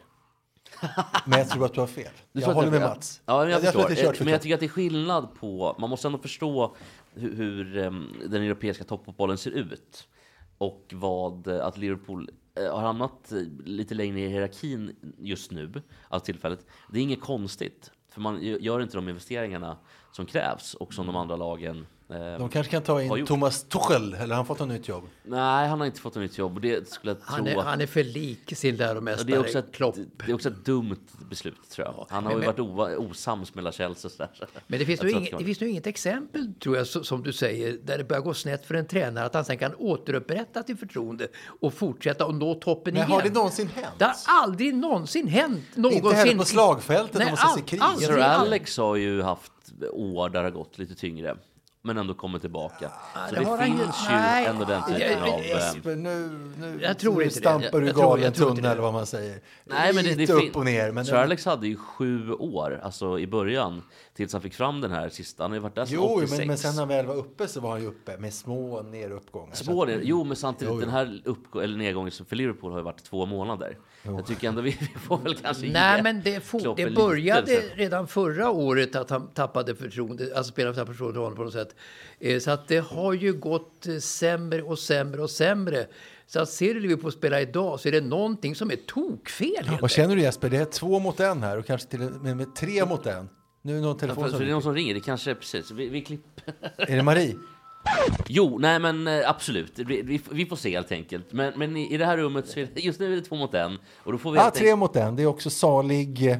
Men jag tror att du har fel. Du jag håller med Mats. Ja, men jag, jag, jag, jag men jag tycker att det är skillnad på... Man måste ändå förstå hur, hur um, den europeiska toppfotbollen ser ut. Och vad att Liverpool uh, har hamnat lite längre i hierarkin just nu. Alltså tillfället. Det är inget konstigt. För man gör inte de investeringarna som krävs och som de andra lagen De kanske kan ta in Thomas Tuchel, eller har han fått ett nytt jobb? Nej, han har inte fått ett nytt jobb. Det skulle jag han, tro är, han är för lik sin läromästare, det är också ett, Klopp. Det är också ett dumt beslut, tror jag. Han har men, ju varit o, osams med La Chelsea. Så där. Men det finns, nog inget, det finns nog inget exempel, tror jag, som du säger, där det börjar gå snett för en tränare, att han sen kan återupprätta till förtroende och fortsätta och nå toppen men igen. Men har det någonsin hänt? Det har aldrig någonsin hänt. Någonsin. Inte heller på slagfältet, Nej, när man ser kris. Sir Alex har ju haft år där det har gått lite tyngre. Men ändå kommer tillbaka. Ja, så det, det finns ju nej. ändå den typen av... Jesper, nu, nu, jag tror nu inte stampar det. du galen tunna eller vad man säger. Nej, men det, lite det upp och ner. Men Sir Alex hade ju sju år, alltså i början, tills han fick fram den här sista. Han har ju varit där sedan jo, åttiosex. Men, men sen när han väl var uppe så var han ju uppe med små neruppgångar. Små ner, jo, men samtidigt jo, jo. den här uppgå- eller nedgången för Liverpool har ju varit två månader. Jo. Jag tycker ändå vi, vi får väl kanske Nej, men det, for, det började lite, redan förra året att han tappade förtroende, alltså spelade tappade förtroende honom på något sätt. Så att det har ju gått sämre och sämre och sämre. Så att ser du Liverpool spela idag så är det någonting som är tokfel. Och känner du, Jesper, det är två mot en här och kanske till med, med tre mot en. Nu är det någon telefon ja, för, som... för det är någon som ringer, det kanske är precis. Vi, vi klipper. Är det Marie? Jo, nej men absolut. Vi, vi, vi får se helt enkelt. Men, men i, i det här rummet så är det, just nu är det två mot en. Och då får vi ja, tre tänk... mot en. Det är också salig...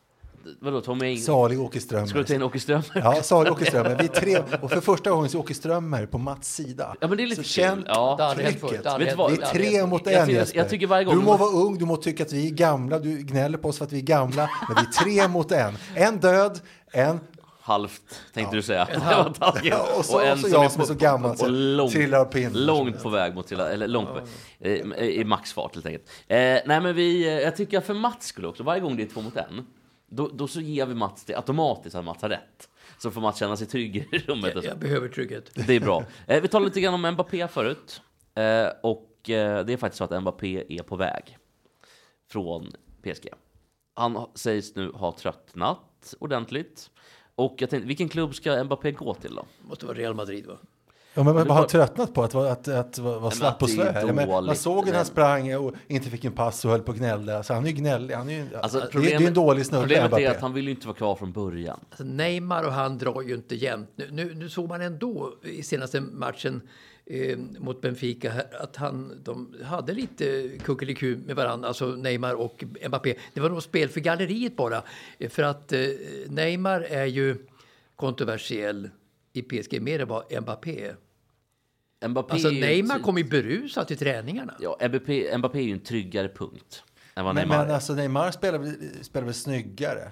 Vadå, Tommy in... Salig Åke Strömmer. Ska du ta in Åke Strömmer? Ja, salig Åke Strömmer. Vi är tre, och för första gången så Åke Strömmer på Mats sida. Ja, men det är lite så känn ja. trycket. Det vi är tre mot en, jag, Jesper. Jag tycker varje gång du må vara ung, du må tycka att vi är gamla, du gnäller på oss för att vi är gamla, men vi är tre mot en. En död, en halvt, tänkte Ja. du säga. Ja, och så, och en och så jag som är så gammal och långt, trillar pinn. långt på väg mot trilla, eller långt på väg, i, i maxfart helt enkelt. Eh, nej men vi, jag tycker för Mats skulle också, varje gång det är två mot en, då, då så ger vi Mats det automatiskt att Mats har rätt. Så får Mats känna sig trygg i rummet. Jag, jag behöver trygghet. Det är bra. Eh, vi talade lite grann om Mbappé förut. Eh, och eh, det är faktiskt så att Mbappé är på väg från P S G. Han sägs nu ha tröttnat ordentligt. Och jag tänkte, vilken klubb ska Mbappé gå till då? Måste vara Real Madrid, va? Ja, men man har tröttnat på att, att, att, att vara slapp och slö. Ja, men man såg när han sprang och inte fick en pass och höll på att gnälla. Så han är ju gnällig. Han är ju, alltså, det, problemet, det är en dålig snurr. Problemet är att han vill ju inte vara kvar från början. Alltså Neymar och han drar ju inte jämnt. Nu, nu, nu såg man ändå i senaste matchen eh, mot Benfica att han, de hade lite kuckeliku med varandra, alltså Neymar och Mbappé. Det var nog spel för galleriet bara. För att eh, Neymar är ju kontroversiell i P S G mer än vad Mbappé är. Mbappé Alltså är Neymar ju, kommer ju berusa till träningarna. ja, Mbappé, Mbappé är ju en tryggare punkt än vad men, Neymar men alltså Neymar spelar, väl- spelar väl snyggare?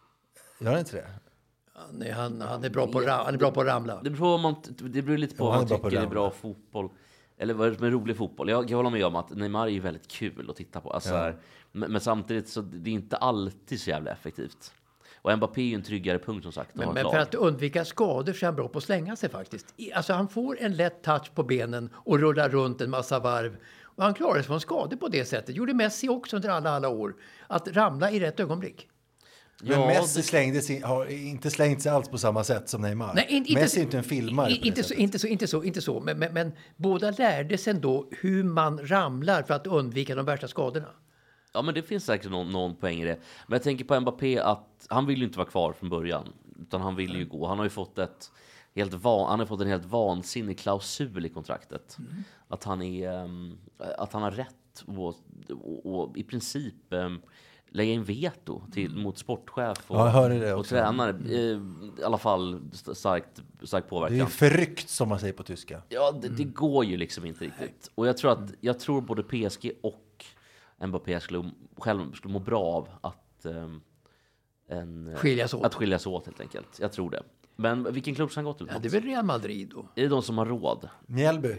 Gör han inte det? Han är, han, han är, bra, på, ra- han är bra på att ramla. Det beror, man, det beror lite på Ja, vad han man är bra på tycker är ramla. bra fotboll. Eller vad är rolig fotboll. Jag, jag håller med om att Neymar är ju väldigt kul att titta på. Alltså, Ja. här, men, men samtidigt så det är inte alltid så jävla effektivt. Och Mbappé är ju en tryggare punkt som sagt. Men, men för att undvika skador så är han bra på att slänga sig faktiskt. I- Alltså han får en lätt touch på benen och rullar runt en massa varv. Och han klarar sig från skador på det sättet. Gjorde Messi också under alla, alla år. Att ramla i rätt ögonblick. Men Ja, Messi det- slängdes in, har inte slängt sig alls på samma sätt som Neymar. Nej, inte, Messi är inte en filmare i- på det inte, så, sättet. inte så, inte så, inte så. Men, men, men båda lärde sig ändå hur man ramlar för att undvika de värsta skadorna. Ja, men det finns säkert någon, någon poäng i det. Men jag tänker på Mbappé att han vill ju inte vara kvar från början. Utan han vill ju gå. Han har ju fått ett helt van, han har fått en helt vansinnig klausul i kontraktet. Mm. Att han är um, att han har rätt och, och, och i princip um, lägga in veto till, mot sportchef och, Ja, jag hörde det och också. tränare. Eh, I alla fall st- starkt, stark Det påverkan. är förryckt som man säger på tyska. Ja, det, det går ju liksom inte riktigt. Och jag tror att jag tror både P S G och Mbappé skulle själv skulle må bra av att um, en, Skiljas åt. att skiljas åt helt enkelt. Jag tror det. Men vilken klubb ska han gå till? Ja, det är väl Real Madrid då. Är det de som har råd? Mjällby.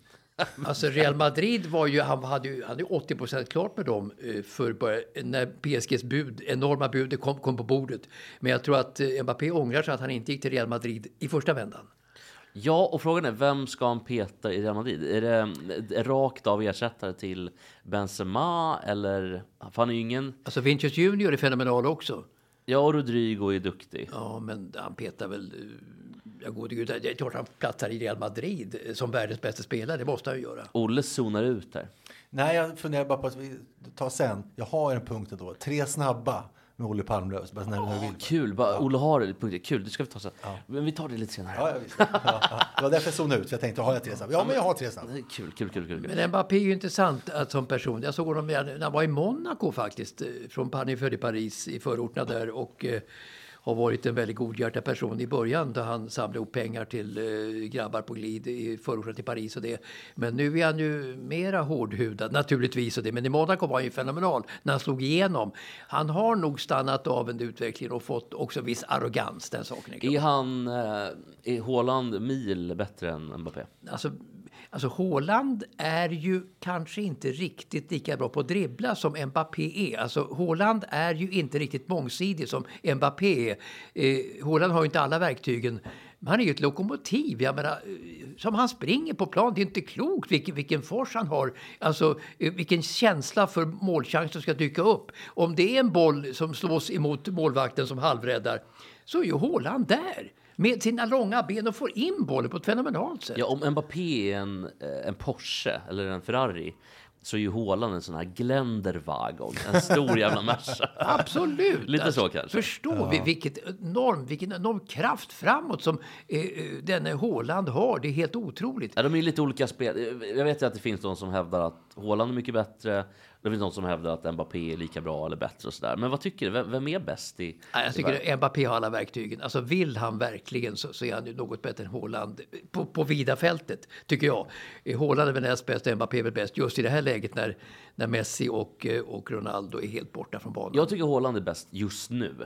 Alltså Real Madrid var ju, han hade ju, han hade ju åttio procent klart med dem eh, för början, när P S Gs bud, enorma bud kom, kom på bordet. Men jag tror att eh, Mbappé ångrar sig att han inte gick till Real Madrid i första vändan. Ja, och frågan är vem ska han peta i Real Madrid? Är det eh, rakt av ersättare till Benzema eller för han är ju ingen. Alltså Vinicius Junior är fenomenal också. Ja, och Rodrigo är duktig. Ja, men han petar väl, eh, jag gode gud, jag tror att han platsar i Real Madrid eh, som världens bästa spelare, det måste han ju göra. Olle zonar ut där. Nej, jag funderar bara på att vi tar sen. Jag har en punkt då. Tre snabba med Olle Palmlös. Bara när, när du vill. Kul, bara, Olle har det punkter. Kul, det ska vi ta sen. Men vi tar det lite senare. Ja, jag visste. Ja, ja. Det var därför jag zonade ut. För jag tänkte, har jag tre snabba? Ja, men jag har tre snabba. Det är Kul, kul, kul, kul. kul. Men Mbappé är ju intressant att, som person. Jag såg honom när han var i Monaco faktiskt. eh, Från han är född i Paris, i förorterna där. Och eh, har varit en väldigt godhjärtad person i början. Då han samlade ihop pengar till eh, grabbar på glid i förorten till Paris och det. Men nu är han ju mera hårdhudad naturligtvis. Och det. Men i Monaco var han ju fenomenal när han slog igenom. Han har nog stannat av en utveckling och fått också viss arrogans. Den saken är klar. Är han, eh, är Haaland mil bättre än Mbappé? Alltså, alltså Haaland är ju kanske inte riktigt lika bra på att dribbla som Mbappé är. Alltså Haaland är ju inte riktigt mångsidig som Mbappé är. Eh, Haaland har ju inte alla verktygen. Men han är ju ett lokomotiv. Jag menar, eh, som han springer på plan, det är inte klokt vilken, vilken fors han har. Alltså eh, vilken känsla för målchans som ska dyka upp. Om det är en boll som slås emot målvakten som halvräddar så är ju Haaland där. Med sina långa ben och får in bollen på ett fenomenalt sätt. Ja, om Mbappé är en, eh, en Porsche eller en Ferrari så är ju Haaland en sån här Glenderwagon. En stor jävla Merca. Absolut. Lite så kanske. Förstå vi, vilket enorm, vilken enorm kraft framåt som eh, eh, denne Haaland har. Det är helt otroligt. Ja, de är ju lite olika spel. Jag vet ju att det finns de som hävdar att Haaland är mycket bättre. Det finns de som hävdar att Mbappé är lika bra eller bättre och sådär. Men vad tycker du? Vem, vem är bäst i... Nej, jag i tycker världen? att Mbappé har alla verktygen. Alltså vill han verkligen så, så är han ju något bättre än Haaland på, på vida fältet, tycker jag. Eh, Haaland är väl näst bäst och Mbappé är väl bäst just i det här läget när, när Messi och, eh, och Ronaldo är helt borta från banan. Jag tycker Haaland är bäst just nu.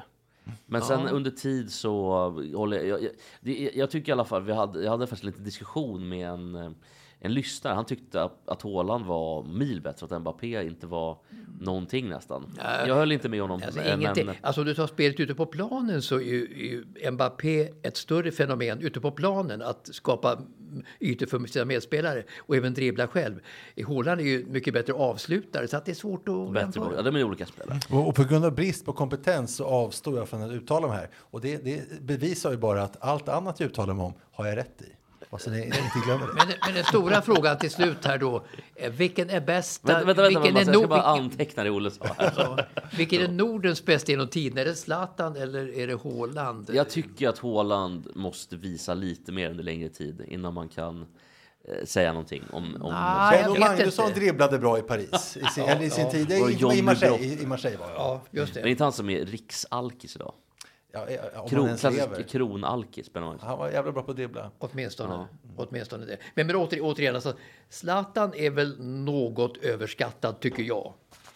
Men sen ja. under tid så håller jag, jag, jag, jag tycker i alla fall, vi hade, jag hade faktiskt lite diskussion med en, en lyssnare. Han tyckte att, att Haaland var mil bättre, att Mbappé inte var någonting nästan. Jag höll inte med honom. Alltså, men, alltså om du tar spelet ute på planen så är ju, är Mbappé ett större fenomen ute på planen att skapa ytor för sina medspelare och även dribbla själv. Haaland är ju mycket bättre avslutare så att det är svårt att bättre. Ja, de är olika spelare. Och, och på grund av brist på kompetens så avstår jag från att uttala mig här. Och det, det bevisar ju bara att allt annat jag uttalar mig om har jag rätt i. Alltså, det, inte glömmer det. Men, men den stora frågan till slut här då, vilken är bästa? Vänta, vänta, vänta, vilken vänta, är jag ska bara anteckna det Olle sa här. Ja, vilken är Nordens bästa genom tiden? Är det Zlatan eller är det Haaland? Jag tycker att Haaland måste visa lite mer under längre tid innan man kan eh, säga någonting om... om ah, Benno Magnusson dribblade bra i Paris i sin, ja, i sin ja. tid. I, i, Marseille, i, i Marseille var det. Ja, just det. Men inte han som är riksalkis idag. Ja, ja, Kron, klassisk kronalkis. Han var jävla bra på att dribbla. Åtminstone, ja. åtminstone det. Men, men åter, återigen, alltså, Zlatan är väl något överskattad tycker jag.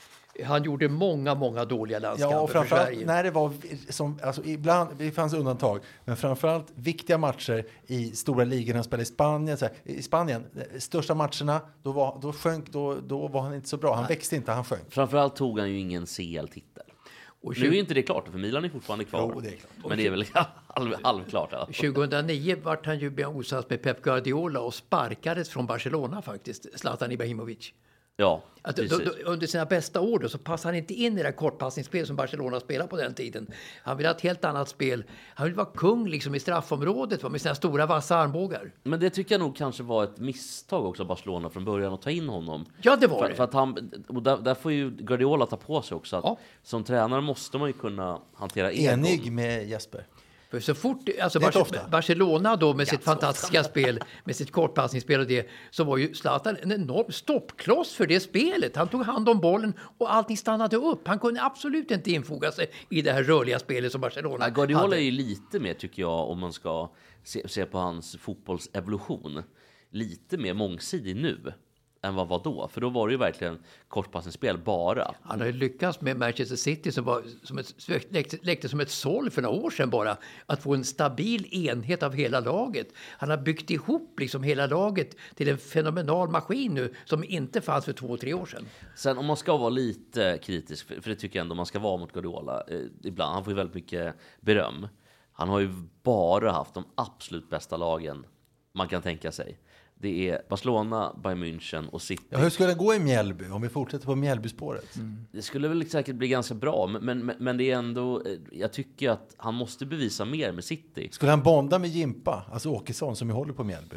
Han gjorde många, många dåliga landskamper ja, och för Sverige. När det var, som, alltså, ibland, det fanns undantag, men framförallt viktiga matcher i stora ligorna, han spelade i Spanien, så här, i Spanien, största matcherna, då var, då sjönk, då, då var han inte så bra. Han Nej. växte inte, han sjönk. Framförallt tog han ju ingen C L-titel. Och nu är inte det klart, för Milan är fortfarande kvar. Jo, det är klart. Men det är väl halv, halvklart. Ja. tjugohundranio vart han ju osams med Pep Guardiola och sparkades från Barcelona faktiskt, Zlatan Ibrahimovic. Ja, att, då, då, under sina bästa år då, så passade han inte in i det kortpassningsspel som Barcelona spelade på den tiden. Han ville ha ett helt annat spel. Han ville vara kung liksom i straffområdet med sina stora vassa armbågar. Men det tycker jag nog kanske var ett misstag också av Barcelona från början att ta in honom. Ja, det var för, det. För att han, och där, där får ju Guardiola ta på sig också att ja. som tränare måste man ju kunna hantera egon. Enig med Jesper. För så fort, alltså Bar- Barcelona då med sitt fantastiska spel, med sitt kortpassningsspel och det, så var ju Zlatan en enorm stoppkloss för det spelet. Han tog hand om bollen och allting stannade upp. Han kunde absolut inte infoga sig i det här rörliga spelet som Barcelona ja, Guardiola hade. är ju lite mer, tycker jag, om man ska se, se på hans fotbollsevolution, lite mer mångsidig nu än vad var då. För då var det ju verkligen kortpassningsspel bara. Han har ju lyckats med Manchester City som var som ett, läckte, läckte som ett såll för några år sedan bara. Att få en stabil enhet av hela laget. Han har byggt ihop liksom hela laget till en fenomenal maskin nu som inte fanns för två, tre år sedan. Sen om man ska vara lite kritisk, för, för det tycker jag ändå man ska vara mot Guardiola eh, ibland. Han får ju väldigt mycket beröm. Han har ju bara haft de absolut bästa lagen man kan tänka sig. Det är Barcelona, Bayern München och City. Ja, hur skulle det gå i Mjällby om vi fortsätter på Mjällbyspåret? Mm. Det skulle väl säkert bli ganska bra, men, men, men det är ändå, jag tycker att han måste bevisa mer med City. Skulle han bonda med Jimpa, alltså Åkesson som ju håller på Mjällby?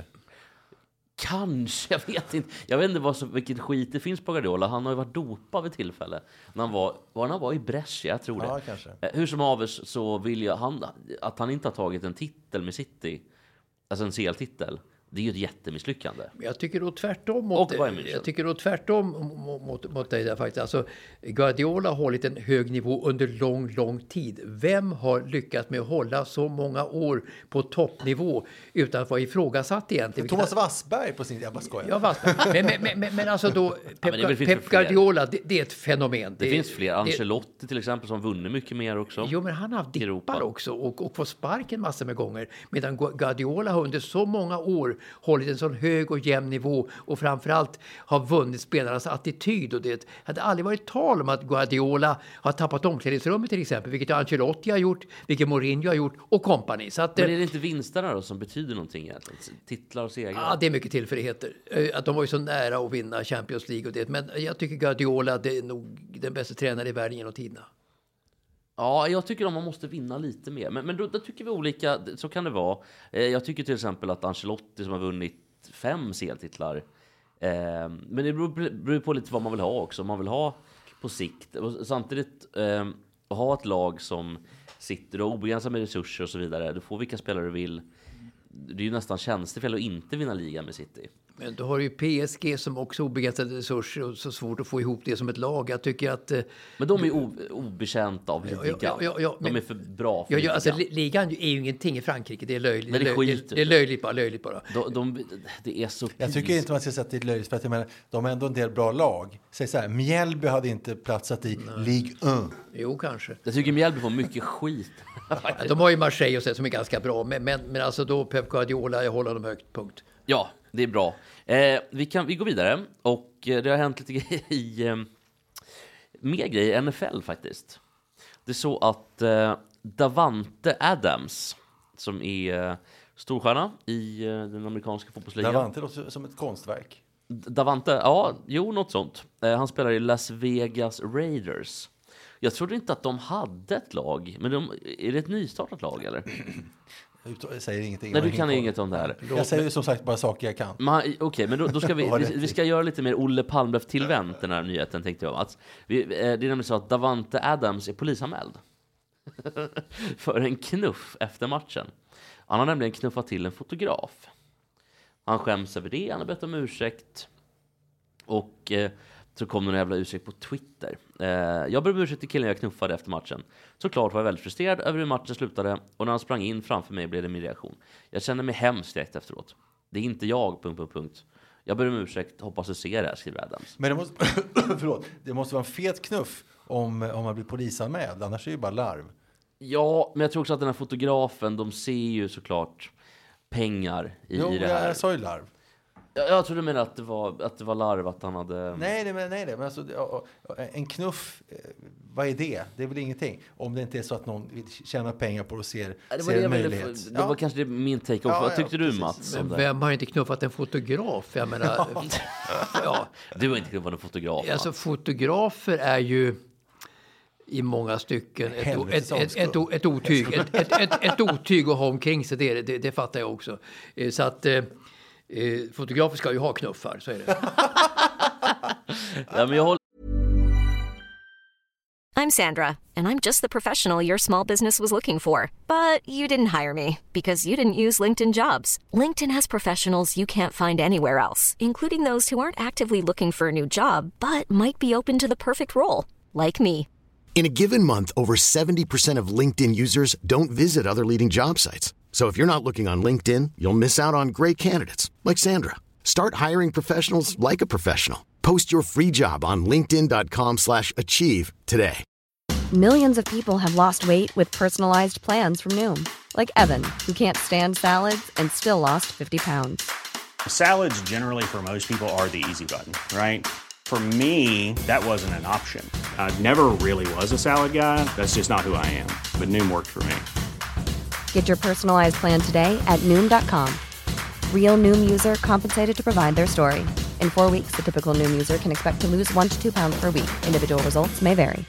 Kanske, jag vet inte. Jag vet inte vad så, vilket skit det finns på Guardiola. Han har ju varit dopad vid tillfälle. När han var, var han var i Brescia, jag tror det. Ja, kanske. Hur som avers så vill jag han, att han inte har tagit en titel med City, alltså en C L-titel. Det är ju ett jättemisslyckande. Jag tycker då tvärtom mot, jag tycker då tvärtom mot, mot, mot det där faktiskt. Alltså, Guardiola har hållit en hög nivå under lång, lång tid. Vem har lyckats med att hålla så många år på toppnivå utan att vara ifrågasatt egentligen? Thomas Wassberg på sin jävla skoja. Ja, Wassberg. Men, men, men, men alltså då, Pep, ja, Pep Guardiola, det, det är ett fenomen. Det, det finns fler. Ancelotti till exempel som vunnit mycket mer också. Jo, men han har haft dippar också och, och får sparken massor med gånger. Medan Guardiola har under så många år hållit en sån hög och jämn nivå och framförallt har vunnit spelarnas attityd. Och det hade aldrig varit tal om att Guardiola har tappat omklädningsrummet till exempel, vilket Ancelotti har gjort, vilket Mourinho har gjort och company. Så att, men är det inte vinsterna då som betyder någonting egentligen? Titlar och segrar? Ja, det är mycket tillfälligheter. Att de var ju så nära att vinna Champions League och det. Men jag tycker Guardiola det är nog den bästa tränaren i världen genom tiderna. Ja, jag tycker att man måste vinna lite mer. Men, men då, då tycker vi olika, så kan det vara. Eh, jag tycker till exempel att Ancelotti som har vunnit fem C L-titlar. Eh, men det beror, beror på lite vad man vill ha också. Man vill ha på sikt. Och samtidigt eh, ha ett lag som sitter och obegränsat med resurser och så vidare. Du får vilka spelare du vill. Det är ju nästan tjänstefel att inte vinna ligan med City. Men då har ju P S G som också obegränsade resurser och så svårt att få ihop det som ett lag. Jag tycker att... Men de är o- obekänta av ligan. Ja, ja, ja, ja, de men, är för bra för ja, ligan. Alltså, ligan är ju ingenting i Frankrike. Det är löjligt. Men det, är löjligt, det är löjligt bara. Löjligt bara. De, de, det är så jag tycker inte man ska säga att det är löjligt. För att jag menar, de har ändå en del bra lag. Säg så här, Mjällby hade inte platsat i Nej. Ligue ett. Jo, kanske. Jag tycker Mjällby får mycket skit. De har ju Marseille och så som är ganska bra. Men, men, men alltså då Pep Guardiola, jag håller dem högt, punkt. Ja, det är bra. Eh, vi, kan, vi går vidare. Och eh, det har hänt lite grejer i... Eh, mer grejer i N F L faktiskt. Det är så att eh, Davante Adams, som är eh, storstjärna i eh, den amerikanska fotbollsligan. Davante låter som ett konstverk. D- Davante, ja, jo, något sånt. Eh, han spelar i Las Vegas Raiders. Jag trodde inte att de hade ett lag. Men de, är det ett nystartat lag, eller? Jag säger ingenting. Nej, du kan inget om det här. Jag säger ju som sagt bara saker jag kan. Okej, okay, men då, då ska vi, vi, vi ska göra lite mer Olle Palmlöf tillvänt den här nyheten, tänkte jag. Att vi, det är nämligen så att Davante Adams är polisanmäld för en knuff efter matchen. Han har nämligen knuffat till en fotograf. Han skäms över det, han har bett om ursäkt. Och eh, så kom någon jävla ursäkt på Twitter. Eh, jag ber om ursäkt till killen jag knuffade efter matchen. Såklart var jag väldigt frustrerad över hur matchen slutade. Och när han sprang in framför mig blev det min reaktion. Jag kände mig hemskt direkt efteråt. Det är inte jag, punkt, punkt, punkt. Jag ber om ursäkt, hoppas du ser det här, skriver Adams. Men det måste, förlåt, det måste vara en fet knuff om, om man blir polisanmäld. Annars är det ju bara larv. Ja, men jag tror också att den här fotografen, de ser ju såklart pengar i, jo, i det här. Jag sa ju larv. Jag, jag tror du menar att det var, att det var larv, att han hade... Nej, det, men, nej, det, men alltså, en knuff, vad är det? Det är väl ingenting. Om det inte är så att någon vill tjäna pengar på och ser, ja, det ser en det möjlighet. Ville, det ja. var kanske det, min take också. Ja, vad tyckte ja, du, Mats? Men vem har inte knuffat en fotograf? Jag menar, ja. Du har inte knuffat en fotograf. Alltså, fotografer är ju i många stycken ett, ett, ett, ett, ett otyg. Ett, ett, ett, ett otyg att ha omkring sig, det, det, det fattar jag också. Så att... Eh, fotografer ska ju ha knuffar, så är det. Ja, men jag håller... I'm Sandra, and I'm just the professional your small business was looking for. But you didn't hire me because you didn't use LinkedIn Jobs. LinkedIn has professionals you can't find anywhere else, including those who aren't actively looking for a new job, but might be open to the perfect role, like me. In a given month, over seventy percent of LinkedIn users don't visit other leading job sites. So if you're not looking on LinkedIn, you'll miss out on great candidates like Sandra. Start hiring professionals like a professional. Post your free job on linkedin dot com slash achieve today. Millions of people have lost weight with personalized plans from Noom. Like Evan, who can't stand salads and still lost fifty pounds. Salads generally for most people are the easy button, right? For me, that wasn't an option. I never really was a salad guy. That's just not who I am. But Noom worked for me. Get your personalized plan today at noom dot com. Real Noom user compensated to provide their story. In four weeks, the typical Noom user can expect to lose one to two pounds per week. Individual results may vary.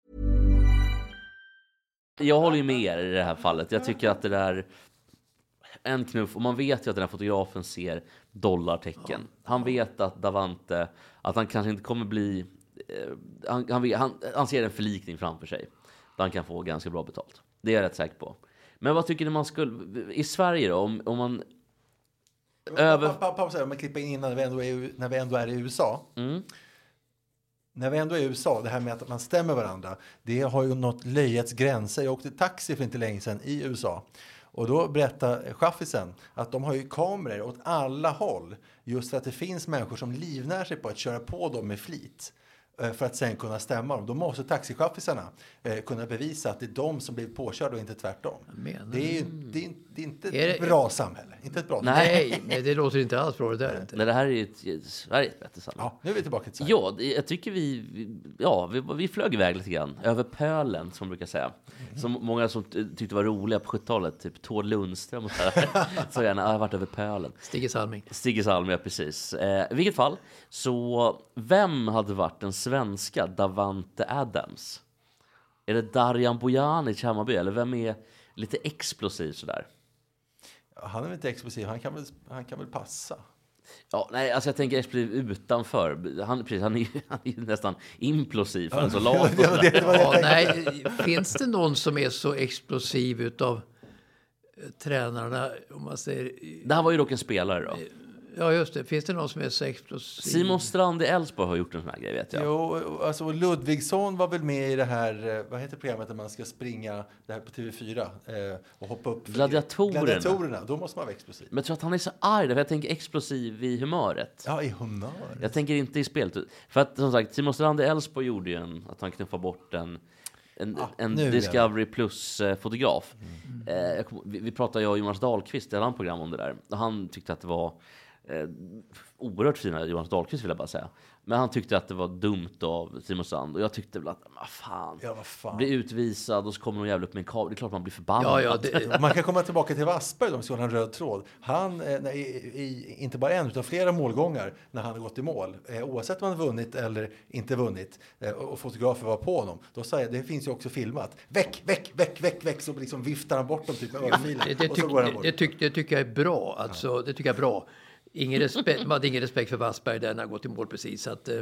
Jag håller ju med er i det här fallet. Jag tycker att det där... En knuff, och man vet ju att den här fotografen ser dollartecken. Han vet att Davante, att han kanske inte kommer bli... Eh, han, han, han, han ser en förlikning framför sig. Där han kan få ganska bra betalt. Det är jag rätt säker på. Men vad tycker ni man skulle... I Sverige då, om, om man... Över... Pausa, om man klipper in innan när vi ändå är, när vi ändå är i U S A. Mm. När vi ändå är i U S A, det här med att man stämmer varandra, det har ju något löjets gränser. Jag åkte taxi för inte länge sedan i U S A. Och då berättar chaffisen att de har ju kameror åt alla håll. Just för att det finns människor som livnär sig på att köra på dem med flit. För att sen kunna stämma dem. Då måste taxichaffisarna eh, kunna bevisa att det är de som blir påkörda och inte tvärtom. Det är, ju, det är, det är inte är ett det, bra samhälle. Inte ett bra nej, nej, det låter inte alls bra det där. Inte. Nej, det här är ett, Sverige ett bättre samhälle. Ja, nu är vi tillbaka till Sverige. Ja, jag tycker vi, ja, vi, vi flög iväg lite grann. Över pölen, som man brukar säga. Mm. Som många som tyckte var roliga på sjuttiotalet. Typ Tord Lundström och så här. Så gärna, jag har varit över pölen. Stigge Salming. Stigge Salming, ja, precis. Eh, I vilket fall, så vem hade varit den svenska Davante Adams? Är det Darjan Bojanic Hammarby? Eller vem är lite explosiv sådär? Han är inte explosiv, han kan väl, han kan väl passa. Ja, nej, alltså jag tänker explosiv utanför. Han, precis, han, är, han är nästan implosiv för en så lat. Ja, nej, finns det någon som är så explosiv utav tränarna, om man säger... Det här var ju dock en spelare då. Ja, just det. Finns det någon som är så explosiv? Simon Strand i Älvsborg har gjort en sån här grej, vet jag. Jo, alltså Ludvigsson var väl med i det här, vad heter programmet där man ska springa det här på T V fyra eh, och hoppa upp. Gladiatorerna. Gladiatorerna, då måste man vara explosiv. Men jag tror att han är så arg, för jag tänker explosiv i humöret. Ja, i humöret. Jag tänker inte i spelet. För att som sagt, Simon Strand i Älvsborg gjorde ju en, att han knuffade bort en En, ah, en Discovery Plus-fotograf. Mm. Eh, kom, vi, vi pratade ju om Jonas Dahlqvist i ett annat program om det där. Och han tyckte att det var eh, oerhört fina Jonas Dahlqvist, vill jag bara säga. Men han tyckte att det var dumt av Simon Strand. Och jag tyckte väl att, vad fan, ja, vad fan. Bli utvisad och så kommer de jävla upp med en kabel. Det är klart man blir förbannad. Ja, ja, det... Man kan komma tillbaka till Wassberg, de såg en röd tråd. Han, eh, i, i, inte bara en utan flera målgångar när han har gått i mål. Eh, oavsett om han vunnit eller inte vunnit. Eh, och fotografer var på honom. Då sa jag, det finns ju också filmat. Väck, väck, väck, väck, väck. Så liksom viftar han bort dem typ med örfilen. Det, det, tyck, det, det, tyck, det tycker jag är bra. Alltså, ja. Det tycker jag är bra. Ingen respekt, man hade ingen respekt för Wassberg där när han gått i mål precis. Så att,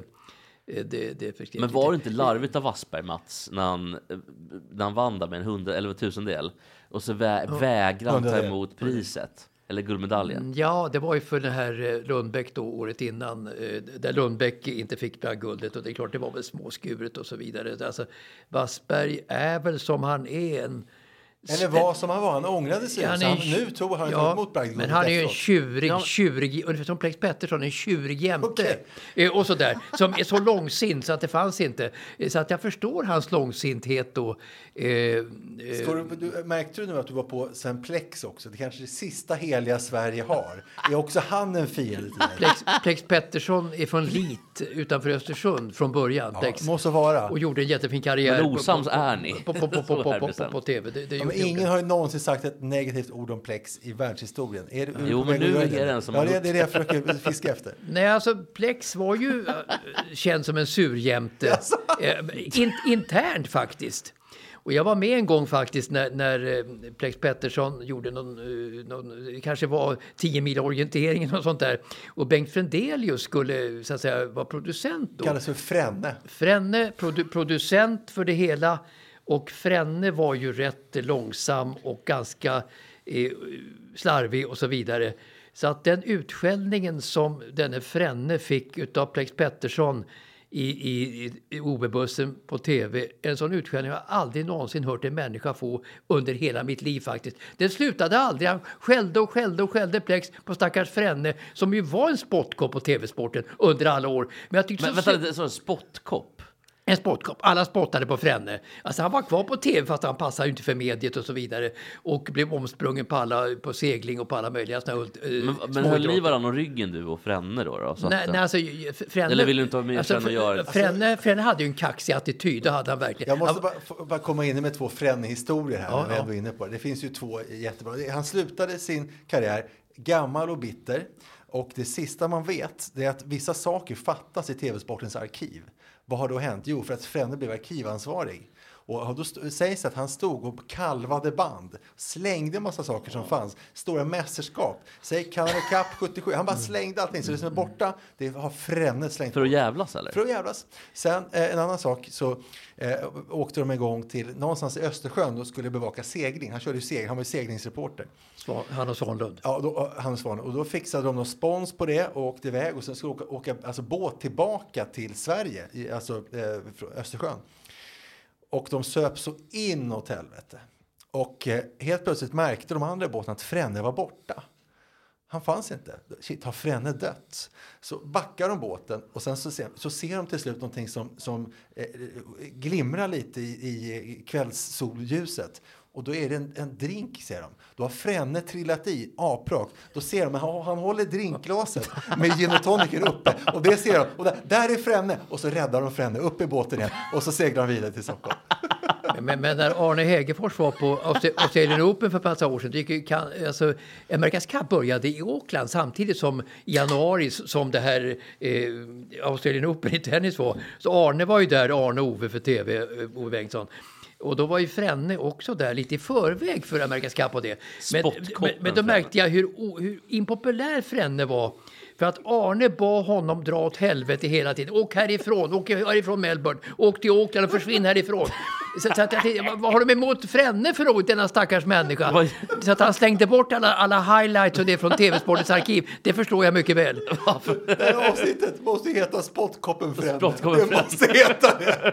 Det, det men var det inte larvigt av Wassberg, Mats, när han, när han vann där med en hundra eller tusendel och så vä- ja. vägrade han ta emot priset eller guldmedaljen? Ja, det var ju för den här Lundbäck då året innan, där Lundbäck inte fick guldet, och det är klart det var väl småskuret och så vidare. Alltså, Wassberg är väl som han är en... Eller vad som han var, han ångrade sig. Han är, han, nu tog han ja, emot bragdguldet. Men han är ju en tjurig, ja. tjurig, ungefär som Plex Pettersson, en tjurig jämte. Okay. Eh, och sådär, som är så långsint så att det fanns inte. Så att jag förstår hans långsinthet då. Eh, eh, du, du, märkte du nu att du var på sen Plex också? Det kanske är det sista heliga Sverige har. Är också han en fiende till Plex, Plex Pettersson är från Lit utanför Östersund från början. Ja, Plex. Måste vara. Och gjorde en jättefin karriär. Men osams är ni. På, på, på, på, på, på, på, på tv. Det, det ja, men ingen har ju någonsin sagt ett negativt ord om Plex i världshistorien. Är det, jo, men nu är det den som ja, det, det är det jag försöker fiska efter. Nej, alltså Plex var ju äh, känd som en surjämte. äh, in, internt faktiskt. Och jag var med en gång faktiskt när, när Plex Pettersson gjorde någon, någon kanske var tio mil orienteringen och sånt där. Och Bengt Frendelius skulle så att säga vara producent då. Kallas för Frenne. Frenne, produ, producent för det hela. Och Frenne var ju rätt långsam och ganska eh, slarvig och så vidare. Så att den utskällningen som denne Frenne fick utav Plex Pettersson i, i, i O B-bussen på tv, en sån utskällning har jag aldrig någonsin hört en människa få under hela mitt liv faktiskt. Det slutade aldrig. Han skällde och skällde och skällde Plex på stackars Frenne som ju var en spottkopp på tv-sporten under alla år. Men jag tyckte Men så... vänta, det är så en spottkopp? En spottkopp. Alla spottade på Frenne. Alltså han var kvar på tv fast han passade inte för mediet och så vidare. Och blev omsprungen på alla, på segling och på alla möjliga såna här, Men, men höll ni varandra om ryggen du och Frenne då? då så nej, att, nej, alltså Frenne... Eller vill du inte ha med alltså, Frenne att göra? Frenne, Frenne hade ju en kaxig attityd, det hade han verkligen. Jag måste bara, bara komma in med två Frenne-historier här. Ja, när vi är inne på det. Det finns ju två jättebra. Han slutade sin karriär gammal och bitter. Och det sista man vet det är att vissa saker fattas i tv-sportens arkiv. Vad har då hänt? Jo, för att Frenne blev arkivansvarig. Och då st- sägs att han stod och kalvade band. Slängde en massa saker som fanns. Stora mästerskap. Säg Canada Cup sjuttiosju. Han bara slängde allting. Så det som är borta, det har Frenne slängt För att bort. jävlas eller? För att jävlas. Sen eh, en annan sak så eh, åkte de en gång till någonstans i Östersjön och skulle bevaka segling. Han körde ju segling. Han var ju seglingsreporter. Svan, han och Svanlund. Ja, då, han och Svan. Och då fixade de någon spons på det och åkte iväg. Och sen skulle åka, åka alltså, båt tillbaka till Sverige. I, alltså eh, från Östersjön. Och de söp så inåt helvete. Och eh, helt plötsligt märkte de andra båtarna att Frenne var borta. Han fanns inte. Shit, har Frenne dött? Så backar de båten och sen så ser, så ser de till slut någonting som, som eh, glimrar lite i, i kvällssolljuset. Och då är det en, en drink, ser de. Då har Frenne trillat i, aprakt. Då ser de att han, han håller drinkglaset med gin och tonicen uppe. Och det ser de. Och där, där är Frenne. Och så räddar de Frenne upp i båten igen. Och så seglar de vidare till Stockholm. Men, men när Arne Hägerfors var på Australian Open för ett par år sedan, det gick, kan, alltså, Amerikas Cup började i Auckland samtidigt som i januari som det här eh, Australian Open i tennis var. Så Arne var ju där, Arne och Ove för tv, Ove Bengtsson. Och då var ju Frenne också där lite i förväg för Amerikas Cup och det. Men, men, men då märkte jag hur, hur impopulär Frenne var För att Arne bad honom dra åt helvete hela tiden. Åk härifrån, åk härifrån Melbourne, åk till Auckland och försvinn härifrån. Så, så att, vad har de emot Fränne för något, denna stackars människa? Så att han slängde bort alla, alla highlights och det från T V-sportens arkiv. Det förstår jag mycket väl. Det här avsnittet måste heta Spottkoppen Fränne. Spottkoppen Det måste heta det.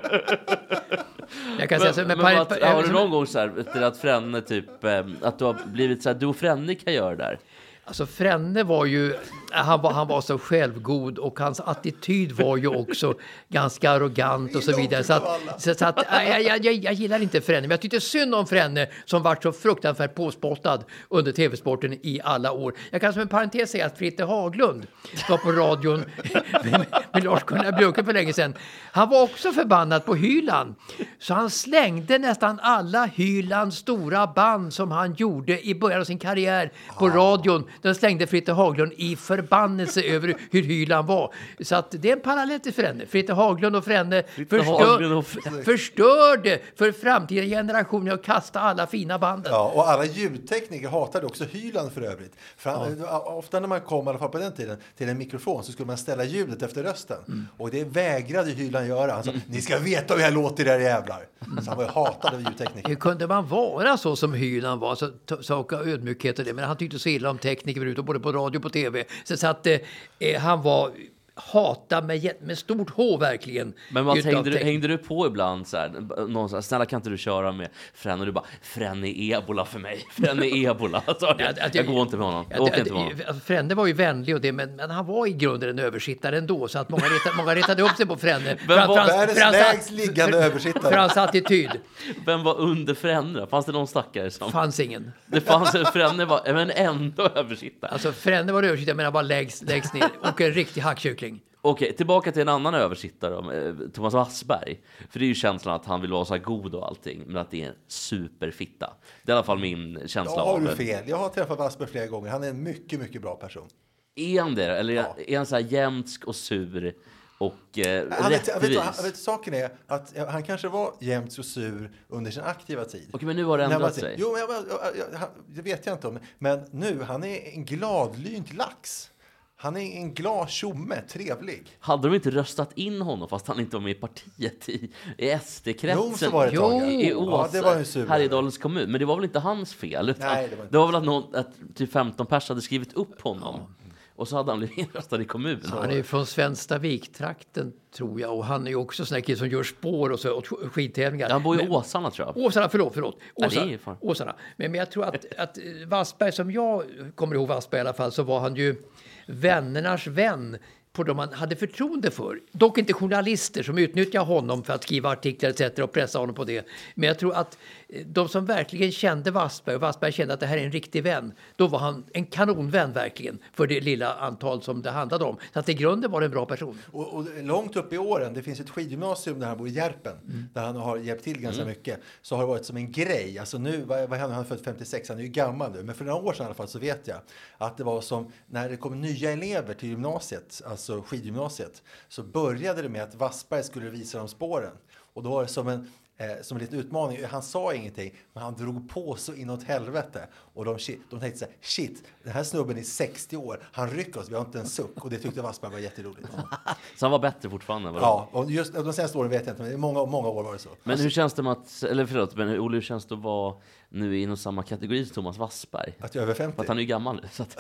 Jag kan men, säga så, men, men att, har du någon gång så här, till att Fränne typ, eh, att du har blivit så här, du och Fränne kan göra där? Alltså Fränne var ju, han var, han var så självgod och hans attityd var ju också ganska arrogant och så vidare. Så att, så, så att jag, jag, jag, jag gillar inte Fränne, men jag tyckte synd om Fränne som var så fruktansvärt påspottad under tv-sporten i alla år. Jag kan som en parentes säga att Fritte Haglund var på radion med, med Lars-Gunnar Björke för länge sedan. Han var också förbannad på Hyland. Så han slängde nästan alla Hylands stora band som han gjorde i början av sin karriär på radion. Den slängde Fritte Haglund i förbannelse över hur Hyland var. Så att det är en parallell till Fränne. Fritte Haglund och Fränne förstör, och... förstörde för framtida generationer att kasta alla fina banden. Ja, och alla ljudtekniker hatade också Hyland för övrigt. För han, ja. Ofta när man kom, i alla fall på den tiden, till en mikrofon så skulle man ställa ljudet efter rösten. Mm. Och det vägrade Hyland göra. Han sa, ni ska veta hur jag låter där jävlar. Så han var ju hatad av ljudtekniker. Hur kunde man vara så som Hyland var? Så saka ödmjukhet och det. Men han tyckte så illa om tekniker ute, både på radio och på tv. Så, så att eh, han var hata med, med stort H verkligen. Men vad hängde du, hängde du på ibland så här, någon så här, snälla kan inte du köra med Fränne, och du bara, Fränne är ebola för mig. Fränne är ebola. Alltså, jag, jag, jag går inte med honom. Jag åker inte med honom. Fränne var ju vänlig och det, men, men han var i grunden en översittare ändå, så att många retade, många retade upp sig på Fränne. Vem var världens lägst liggande översittare? För hans attityd. Vem var under Fränne? Fanns det någon stackare som... Fanns ingen. Det fanns en Fränne, var, men ändå översittare. Alltså Fränne var översittare, men han var lägst, lägst ner. Och en riktig hackkyckling. Okej, tillbaka till en annan översittare, Thomas Wassberg. För det är ju känslan att han vill vara så här god och allting, men att det är en superfitta. Det är i alla fall min känsla av det. Ja, har du fel. Jag har träffat Wassberg flera gånger. Han är en mycket, mycket bra person. Är han det? Eller ja. är han så här jämsk och sur och eh, han vet, rättvis? vet, han, vet, saken är att han kanske var jämsk och sur under sin aktiva tid. Okej, men nu har det ändrat sig. Jo, jag, jag, jag, jag, det vet jag inte om. Men nu, han är en gladlynt lax. Han är en glad tjomme, trevlig. Hade de inte röstat in honom fast han inte var med i partiet i, i S D-kretsen? Jo, så var det ett tag. I Åsa, ja, det var en sur. Härjedalens kommun. Men det var väl inte hans fel? Utan nej, det var, inte. Det var väl att, någon, att typ femton pers hade skrivit upp honom. Ja. Och så hade han blivit inröstad i kommunen. Han är från Svenstavik-trakten, tror jag. Och han är ju också sån här kille som gör spår och, så, och skidtävlingar. Han bor i Åsarna, tror jag. Åsarna, förlåt, förlåt. Åsarna. Nej, fan. Åsarna. Men, men jag tror att, att Wassberg, som jag kommer ihåg Wassberg i alla fall, så var han ju vännernas vän på dem man hade förtroende för. Dock inte journalister som utnyttjar honom för att skriva artiklar et cetera och pressa honom på det. Men jag tror att de som verkligen kände Wassberg, och Wassberg kände att det här är en riktig vän, då var han en kanonvän verkligen för det lilla antal som det handlade om. Så att i grunden var det en bra person. Och, och långt upp i åren, det finns ett skidgymnasium där han bor i Järpen, mm. där han har hjälpt till ganska mm. mycket, så har det varit som en grej. Alltså nu, vad, vad händer, han är född femtiosex, han är ju gammal nu, men för några år sedan i alla fall så vet jag att det var som när det kom nya elever till gymnasiet, alltså skidgymnasiet, så började det med att Wassberg skulle visa dem spåren. Och då var det som en Eh, som en liten utmaning. Han sa ingenting, men han drog på så inåt helvete. Och de, de tänkte så här, shit, den här snubben är sextio år. Han rycker oss, vi har inte en suck. Och det tyckte Wassberg var jätteroligt. Så han var bättre fortfarande? Var ja, och just de senaste åren vet jag inte, men många, många år var det så. Men alltså, hur känns det med att, eller förlåt, men Olle, hur känns det att vara nu inom samma kategori som Thomas Wassberg? Att jag är över femtio? Att han är ju gammal nu. Så att...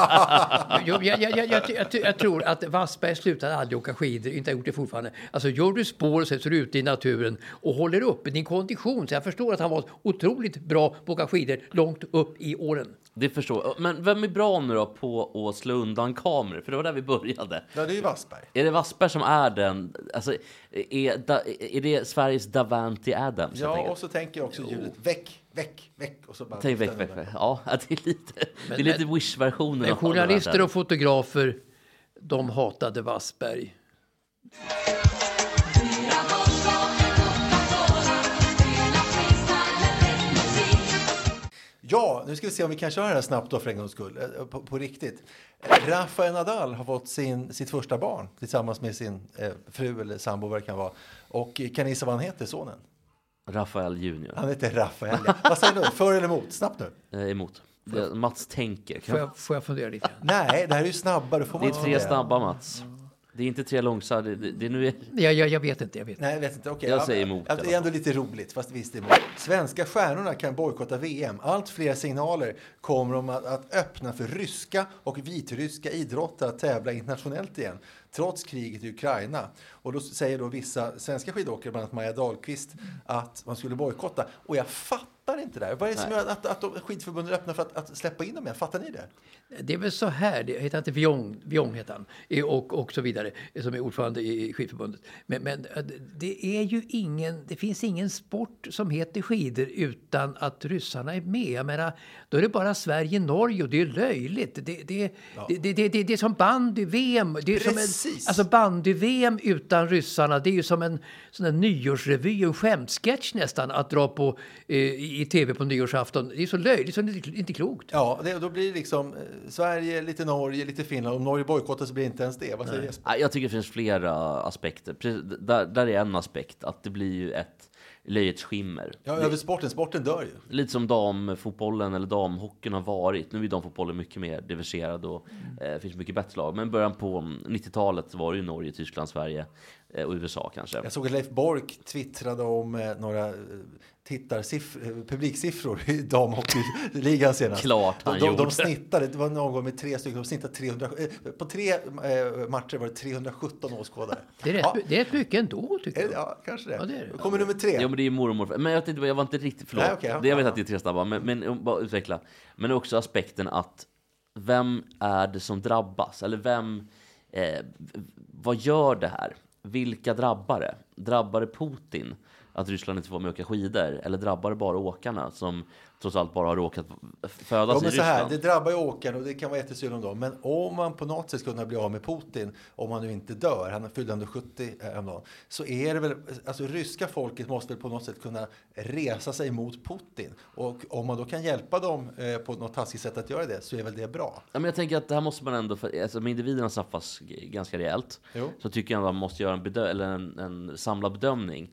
jo, jag, jag, jag, jag, jag, jag tror att Wassberg slutade aldrig åka skidor, inte har gjort det fortfarande. Alltså gör du spår och så är du ute i naturen och håller upp din kondition. Så jag förstår att han var otroligt bra på att åka skidor långt upp i åren. Det förstår jag. Men vem är bra nu då på att slå undan kameror? För det var där vi började. Ja, det är ju Wassberg. Är det Wassberg som är den? Alltså, är, är det Sveriges Davante Adams? Ja, och så tänker jag också ljudet. Väck, väck, väck. Och så bara Tänk väck, väck, väck. Ja, det är lite, men, det är lite Wish-versionen. Men journalister och fotografer, de hatade Wassberg. Ja, nu ska vi se om vi kan köra det här snabbt då för en gångs skull, på, på riktigt. Rafael Nadal har fått sin, sitt första barn tillsammans med sin eh, fru eller sambo, vad det kan vara. Och kan ni gissa vad han heter, sonen? Rafael Junior. Han heter Rafael, ja. Vad säger du? För eller emot? Snabbt nu. Eh, emot. Det, Mats tänker. Får jag, får jag fundera lite? Nej, det här är ju snabbare. Får det är man tre det? snabba, Mats. Det är inte tre långsamma. Det, det, det är nu är... Ja, jag, jag vet inte. Jag vet. Nej, jag vet inte. Okay, jag ja, säger emot. Ja, det är ändå lite roligt, fast visst är emot. Svenska stjärnorna kan bojkotta V M. Allt fler signaler kommer om att, att öppna för ryska och vitryska idrottare att tävla internationellt igen, trots kriget i Ukraina. Och då säger då vissa svenska skidåkare, bland annat Maja Dahlqvist, att man skulle bojkotta. Och jag fattar inte det. Vad är det som gör att, att, att skidförbundet öppnar för att, att släppa in dem igen? Fattar ni det? Det är väl så här, det heter inte Viong, Viong heter han, och, och så vidare, som är ordförande i skidförbundet. Men, men det är ju ingen, det finns ingen sport som heter skidor utan att ryssarna är med. Jag menar, då är det bara Sverige, Norge och det är löjligt. Det, det, ja. det, det, det, det, det är som bandy-V M. Det är som en, alltså bandy-V M utan ryssarna, det är ju som en sån där nyårsrevy, en skämtsketch nästan, att dra på eh, i tv på nyårsafton. Det är så löjligt, så det är inte klokt. Ja, det, då blir det liksom Sverige, lite Norge, lite Finland. Om Norge bojkottar så blir det inte ens det. Vad säger Jesper? Jag tycker det finns flera aspekter. Där, där är en aspekt, att det blir ju ett löjets skimmer. Ja, över sporten. Sporten dör ju. Lite som damfotbollen eller damhockeyn har varit. Nu är damfotbollen mycket mer diversifierad och mm. eh, finns mycket bättre lag. Men början på nittiotalet var det ju Norge, Tyskland, Sverige eh, och U S A kanske. Jag såg att Leif Bork twittrade om eh, några eh, tittarsiffror, publiksiffror i damhockeyligan senast. Klart han de, de, gjorde. De snittade, det var någon gång med tre stycken, de snittade trehundra, eh, på tre eh, matcher var det trehundrasjutton åskådare. Det är rätt, ja. det är rätt mycket ändå, tycker jag. Ja, kanske det. Ja, det är det. Kommer nummer tre. Ja, men det är ju mormor. Men jag, tänkte, jag var inte riktigt, förlåt. Nej, okay, ja. Det jag vet att det är tre snabba, men, men bara utveckla. Men också aspekten att vem är det som drabbas? Eller vem, eh, vad gör det här? Vilka drabbar det? Drabbar det Putin att Ryssland inte får med åka skidor? Eller drabbar det bara åkarna som trots allt bara har råkat födas ja, men i så här, Ryssland? det drabbar ju åkarna och det kan vara jättesynd om dem. Men om man på något sätt kunna bli av med Putin, om man nu inte dör, han är fyllande sjuttio häromdagen, så är det väl, alltså ryska folket måste väl på något sätt kunna resa sig mot Putin. Och om man då kan hjälpa dem eh, på något taskigt sätt att göra det, så är väl det bra. Ja, men jag tänker att det här måste man ändå, för, alltså med individerna straffas ganska rejält. Jo. Så tycker jag att man måste göra en, bedö- eller en, en samlad bedömning.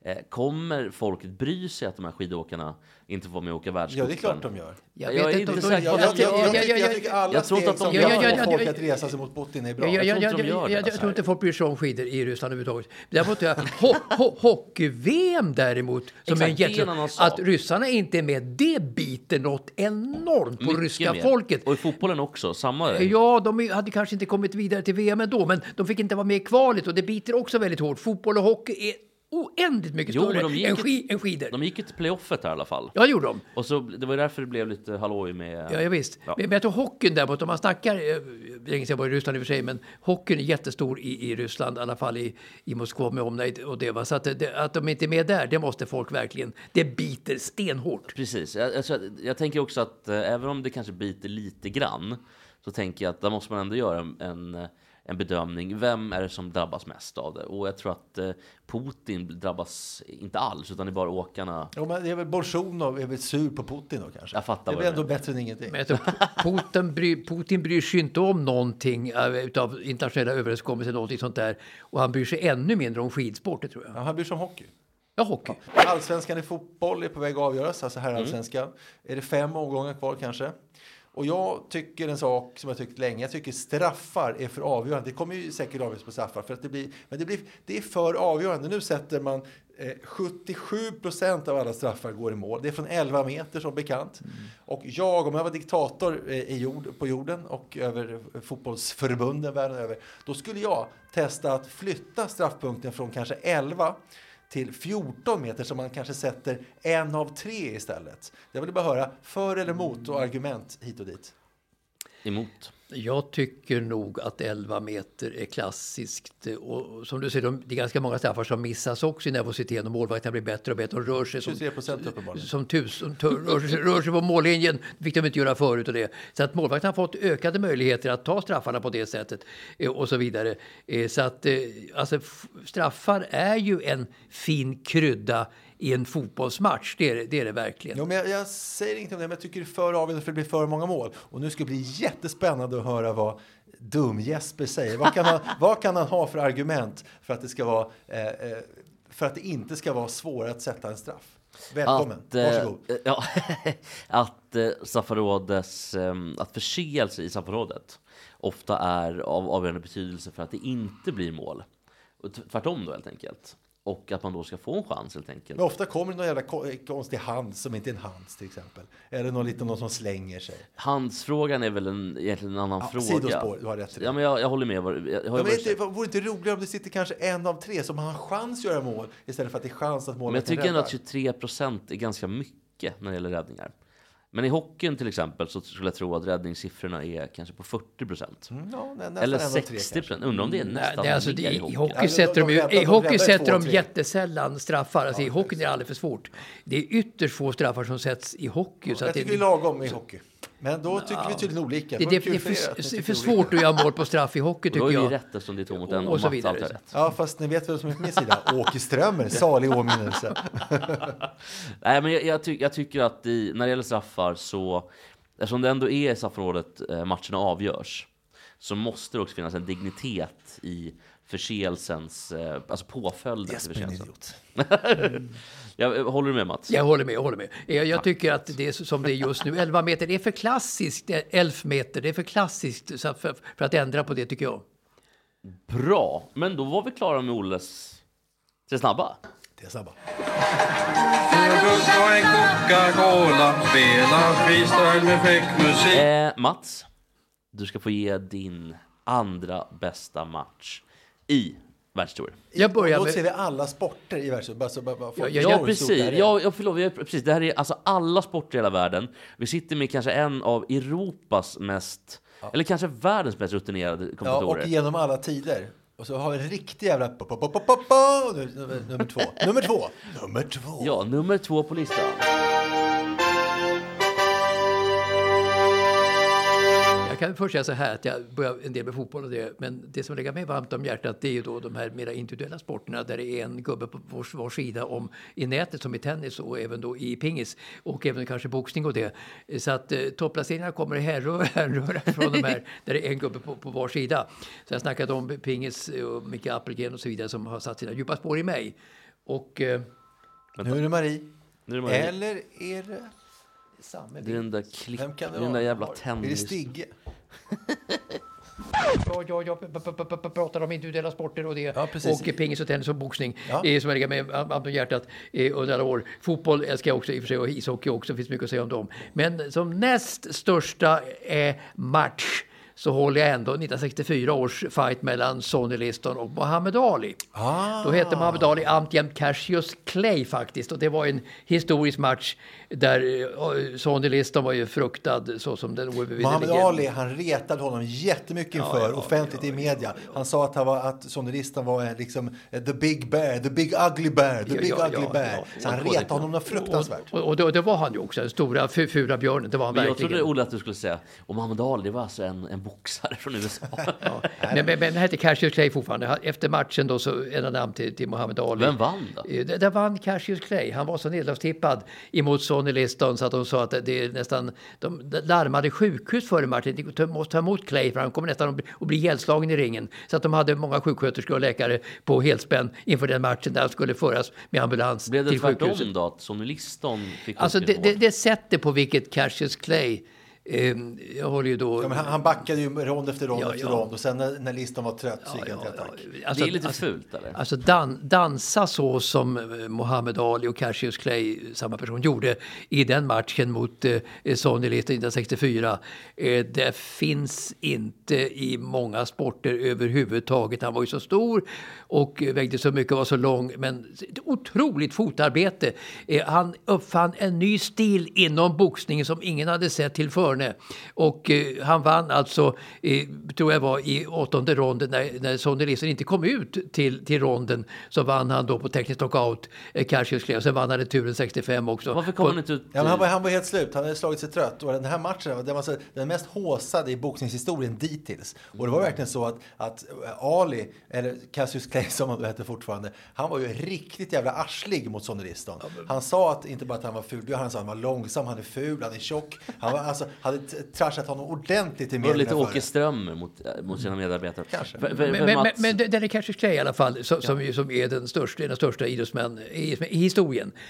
Kommer folket bry sig att de här skidåkarna inte får med att åka världscupen? Ja, det är klart de gör. Jag, jag vet är inte inte säker på att jag tycker alla jag tror steg att de som gör gör det. folk att resa sig mot Putin är bra. Jag, jag, jag, jag, jag, jag, jag tror inte folk bryr sig om skidor i Ryssland överhuvudtaget. Däremot är ho, ho, hockey-V M däremot, som exakt, är en jätte... Att ryssarna inte är med, det biter något enormt på mycket ryska mer. folket. Och i fotbollen också, samma är. Ja, de hade kanske inte kommit vidare till V M ändå, men de fick inte vara med i kvalet och det biter också väldigt hårt. Fotboll och hockey är oändligt mycket Jo, större de gick än, ett, sk- än skidor. De gick ju till playoffet här i alla fall. Ja, det gjorde de. Och så, det var därför det blev lite halloj med... Ja, ja visst. Ja. Men, men jag tror hockeyn däremot, om man snackar, länge sedan jag var i Ryssland i och för sig, men hockeyn är jättestor i, i Ryssland, i alla fall i, i Moskva med omnejd och det. Va? Så att, det, att de inte är med där, det måste folk verkligen, det biter stenhårt. Precis. Jag, jag, jag tänker också att eh, även om det kanske biter lite grann, så tänker jag att där måste man ändå göra en... en en bedömning. Vem är det som drabbas mest av det? Och jag tror att eh, Putin drabbas inte alls, utan det är bara åkarna. Ja, men det är väl Bolsjunov är väl sur på Putin då kanske. Jag fattar. Det är väl ändå bättre än ingenting. Men jag tror, Putin, bry, Putin bryr sig inte om någonting utav internationella överenskommelser, någonting sånt där. Och han bryr sig ännu mindre om skidsport, det tror jag. Ja, han bryr sig om hockey. Ja, hockey. Ja. Allsvenskan i fotboll är på väg att avgöras, alltså här allsvenskan. Mm. Är det fem omgångar kvar kanske? Och jag tycker en sak som jag tyckt länge, jag tycker straffar är för avgörande. Det kommer ju säkert avgöras på straffar, för att det blir, men det, blir, det är för avgörande. Nu sätter man eh, sjuttiosju procent av alla straffar går i mål. Det är från elva meter som bekant. Mm. Och jag, om jag var diktator eh, i jord, på jorden och över fotbollsförbunden världen över, då skulle jag testa att flytta straffpunkten från kanske elva till fjorton meter, som man kanske sätter en av tre istället. Jag vill bara höra för eller emot och argument hit och dit. Emot. Jag tycker nog att elva meter är klassiskt. Och som du ser, det är ganska många straffar som missas också i nervositeten och målvakterna blir bättre och bättre och rör sig som, tjugotre procent uppenbarligen. Som tusen, rör, sig, rör sig på mållinjen. Det fick de inte göra förut och det. Så att målvakterna har fått ökade möjligheter att ta straffarna på det sättet och så vidare. Så att alltså, straffar är ju en fin krydda i en fotbollsmatch, det är det, det, är det verkligen. Jo, men jag, jag säger inte om det, men jag tycker det är för avgörande för det blir för många mål. Och nu ska det bli jättespännande att höra vad dum Jesper säger. Vad kan han, vad kan han ha för argument för att det ska vara eh, för att det inte ska vara svårare att sätta en straff? Välkommen, att, eh, varsågod. Ja, att eh, straffområdes, eh, att förseelse i straffområdet ofta är av avgörande betydelse för att det inte blir mål. Och tvärtom då helt enkelt. Och att man då ska få en chans helt enkelt. Men ofta kommer det någon jävla konstig hand som inte är en hands till exempel. Är det någon liten någon som slänger sig? Handsfrågan är väl en, egentligen en annan ja, fråga. Sidospår, du har rätt. Ja, men jag, jag håller med. Jag, jag har ja, men varit... det vore inte roligare om det sitter kanske en av tre som har en chans att göra mål istället för att det är chans att måla. Men jag tycker ändå att tjugotre procent är ganska mycket när det gäller räddningar. Men i hockeyn till exempel så skulle jag tro att räddningssiffrorna är kanske på fyrtio procent. Mm, ja, eller sextio procent. Undrar om det är nästan Nej, alltså, mer i, i hockey. I hockey. hockey sätter de, ju, i hockey sätter de jättesällan straffar. Alltså, ja, i hockey är det alldeles för svårt. Det är ytterst få straffar som sätts i hockey. Ja, så jag att tycker det, vi lagom i hockey. Men då tycker ja. vi tydligen olika. Det, det, det är för, för, för svårt att göra mål på straff i hockey tycker jag. Då är det rätt eftersom det är två mot en och, och så vidare. Rätt. Ja, fast ni vet vem som är på min sida. Åke Strömmer, salig åminnelse. Nej, men jag, jag, ty, jag tycker att i, när det gäller straffar så, eftersom det ändå är i straffområdet eh, matcherna avgörs, så måste det också finnas en dignitet i förseelsens, eh, alltså påföljden yes, till förseelsen. Mm. Jag håller du med, Mats? Jag håller med, jag håller med. Jag, jag tycker att det är som det är just nu. elva meter, det är för klassiskt. elva meter, det är för klassiskt så för, för att ändra på det tycker jag. Bra, men då var vi klara med Olles tre snabba. Det är snabba. Eh, Mats, du ska få ge din andra bästa match i världshistorien. Jag börjar Då med... ser vi alla sporter i världshistorien. Ja, ja, ja, precis. Ja, jag förlåt, jag, precis. Det här är alltså alla sporter i hela världen. Vi sitter med kanske en av Europas mest, ja. eller kanske världens mest rutinerade kommentatorer. Ja, och genom alla tider. Och så har vi en riktig jävla... Nummer, nummer två. Nummer två. Nummer två. Ja, nummer två på listan. Jag kan först säga så här att jag börjar en del med fotboll och det, men det som lägger mig varmt om hjärtat det är ju då de här mera individuella sporterna där det är en gubbe på vår, vår sida om i nätet som i tennis och även då i pingis och även kanske boxning och det. Så att eh, topplaceringarna kommer härröra, härröra från de här där det är en gubbe på, på var sida. Så jag snackade om pingis och Micke Appelgren och så vidare som har satt sina djupa spår i mig. Och... Eh, nu är det Marie. Nu är det Marie. Eller är det... Det är den där klick, det den där jävla tennis. Är det Stigge? Ja, ja, jag pratar om individuella sporter och det ja, och pingis och tennis och boxning ja. eh, som jag lägger med om hjärtat eh, under alla år. Fotboll älskar jag också i och för sig och ishockey också, finns mycket att säga om dem. Men som näst största eh, match så håller jag ändå nittonhundrasextiofyra års fight mellan Sonny Liston och Muhammad Ali. Ah. Då hette Muhammad Ali alltjämt Cassius Clay faktiskt och det var en historisk match där uh, Sonny Liston var ju fruktad så som den Muhammad Ali, han retade honom jättemycket inför ja, ja, offentligt ja, ja, i media. Ja, ja. Han sa att, han var, att Sonny Liston var liksom the big bear, the big ugly bear, the ja, big ja, ugly ja, bear. Ja, ja. Så han retade honom något fruktansvärt. Och, och, och, det, och det var han ju också, den stora fula björnen. Det var han men verkligen. Jag trodde Ola att du skulle säga och Muhammad Ali, det var alltså en, en boxare från U S A. ja. Men, men, men det hette Cassius Clay fortfarande. Efter matchen då så en namn till, till Muhammad Ali. Vem vann då? Där, där vann Cassius Clay. Han var så nedloppstippad emot Sonny Liston så att de sa att det är nästan, de larmade sjukhus före matchen. De måste ta emot Clay för han kommer nästan att bli, att bli ihjälslagen i ringen. Så att de hade många sjuksköterskor och läkare på helspänn inför den matchen där han skulle föras med ambulans blev det till sjukhuset. Blev det tvärtom då att Sonny Liston fick alltså det, det, det sättet på vilket Cassius Clay Um, jag håller ju då... Ja, men han, han backade ju rond efter rond ja, efter ja. rond och sen när, när listan var trött så gick ja, han till attack. Ja, alltså, det är lite alltså, fult eller? Alltså dan, dansa så som Muhammad Ali och Cassius Clay, samma person, gjorde i den matchen mot eh, Sonny Liston nittonhundrasextiofyra. Eh, det finns inte i många sporter överhuvudtaget. Han var ju så stor och vägde så mycket och var så lång, men otroligt fotarbete. Eh, han uppfann en ny stil inom boxningen som ingen hade sett till förne. Och eh, han vann alltså, eh, tror jag var i åttonde ronden när, när Sonny Liston inte kom ut till, till ronden så vann han då på teknisk knockout eh, Cassius Clay och sen vann han turen sextiofem också. Varför kom han inte ut? Ja, men han, var, han var helt slut, han hade slagit sig trött och den här matchen den var så, den mest håsade i boxningshistorien dittills. Och det var verkligen så att, att Ali, eller Cassius Clay som han hette fortfarande, han var ju riktigt jävla arslig mot Sonny Liston. Han sa att inte bara att han var ful, han sa att han var långsam, han är ful, han är tjock. Han var alltså hade trashat honom ordentligt i medierna. Lite Åke Strömmer mot, mot sina medarbetare. Kanske. För, för, men, men, men, men den är Cassius Clay i alla fall som, som, som är den största, den största idrottsmän i, i historien.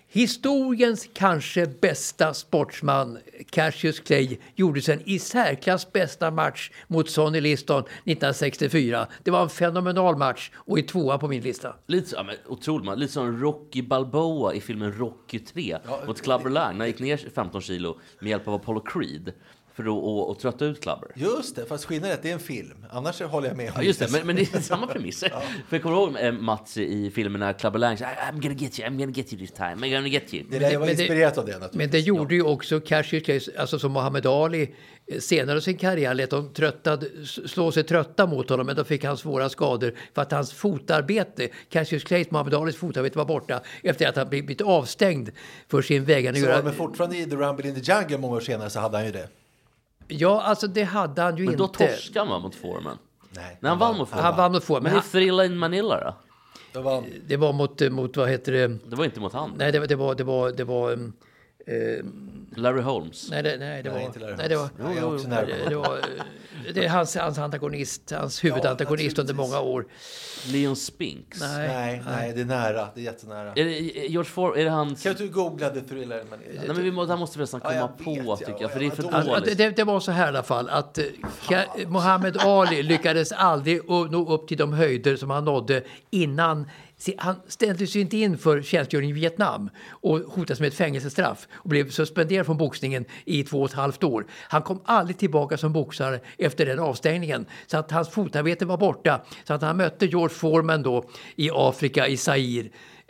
Historiens kanske bästa sportsman Cassius Clay gjorde sen i särklass bästa match mot Sonny Liston nittonhundrasextiofyra. Det var en fenomenal match och i tvåa på min lista. Lite, ja, men, otroligt, man. Lite som Rocky Balboa i filmen Rocky tre ja, mot Clubber Lang. När han gick ner femton kilo med hjälp av Apollo Creed för att och, och trötta ut Clubber. Just det, fast skillnaden är att det är en film. Annars håller jag med om ja, just det. Men, men det är samma premisser. ja. För jag kommer ihåg eh, Mats i filmen när Clubber Lang säger I'm gonna get you, I'm gonna get you this time, I'm gonna get you. Det där var inspirerat av det naturligtvis. Men det gjorde ju också Cassius Clay, alltså som Muhammad Ali senare i sin karriär lät de tröttad, slå sig trötta mot honom, men då fick han svåra skador för att hans fotarbete, Cassius Clays, Muhammad Alis fotarbete var borta efter att han blivit avstängd för sin vägran att så, göra. Men fortfarande i The Rumble in the Jungle många år senare så hade han ju det. Ja, alltså det hade han ju men inte. Men då torskade man mot Foreman. Nej. När han vann mot Foreman. Han vann mot Foreman. Men i Thrilla in Manila då? Det var, det var mot, mot, vad heter det? Det var inte mot han. Nej, det var, det var, det var, det var um, eh, Larry Holmes. Nej, det, nej, det nej, var... Inte Larry nej, det var... Nej, jag är också nära. Det, det var... Det är hans, hans antagonist, hans huvudantagonist ja, under många år. Leon Spinks. Nej, nej, nej, det är nära, det är jättenära. Är det George For, är det hans... Kan du googla The Thriller? Men... Nej, men vi må, där måste vi nästan komma ja, på, vet, tycker jag, ja, för det är för alltså, dåligt. Det, det var så här i alla fall, att uh, Muhammad Ali lyckades aldrig nå upp till de höjder som han nådde innan. Han ställde sig inte in för tjänstgöring i Vietnam och hotades med ett fängelsestraff och blev suspenderad från boxningen i två och ett halvt år. Han kom aldrig tillbaka som boxare efter den avstängningen, så att hans fotarbete var borta. Så att han mötte George Foreman då i Afrika, i Zaire,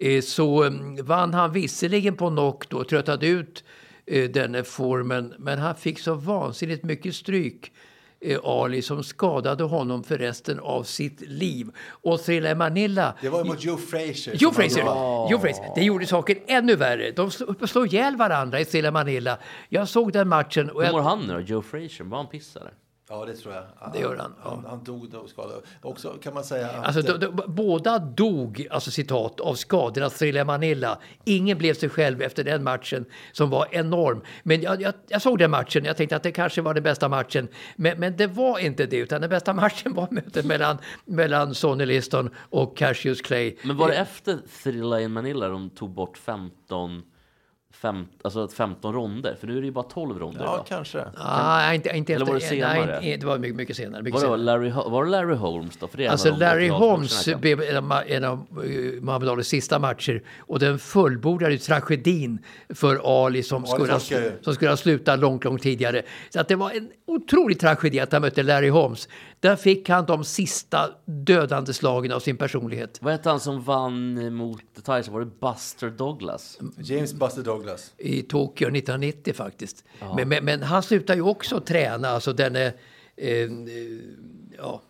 så vann han visserligen på knock då, tröttade ut den Foreman, men han fick så vansinnigt mycket stryk, Ali, som skadade honom för resten av sitt liv. Och Thrilla i Manila... Det var mot Joe Frazier. Joe Frazier. Joe Frazier. Det gjorde saken ännu värre. De slog, slog ihjäl varandra i Thrilla i Manila. Jag såg den matchen. Och Hur mår jag... han nu då? Joe Frazier? Var han pissare? Ja, det tror jag. Det gör han. Ja. Han, han dog då skadad. Också kan man säga att... Alltså, de, de, båda dog, alltså citat, av skador av Thrilla i Manila. Ingen blev sig själv efter den matchen som var enorm. Men jag, jag, jag såg den matchen. Jag tänkte att det kanske var den bästa matchen. Men, men det var inte det, utan den bästa matchen var mötet mellan, mellan Sonny Liston och Cassius Clay. Men var det efter Thrilla in Manila de tog bort femton... Fem, alltså femton ronder, för nu är det ju bara tolv ronder. Ja, då. kanske. Ah, inte, inte Eller var det senare? Nej, inte, det var mycket, mycket senare. Mycket var, det senare. Larry, var det Larry Holmes då? För det är alltså en Larry Holmes blev en av, en av uh, Muhammad Alis sista matcher, och den fullbordade tragedin för Ali som, Ali skulle, ha, som skulle ha slutat långt, långt tidigare. Så att det var en otrolig tragedi att han mötte Larry Holmes. Där fick han de sista dödande slagen av sin personlighet. Vad hette han som vann mot Tyson? Var det Buster Douglas? James Buster Douglas. I Tokyo nittonhundranittio faktiskt. Ja. Men, men, men han slutar ju också träna. Alltså den är... Eh, eh, ja...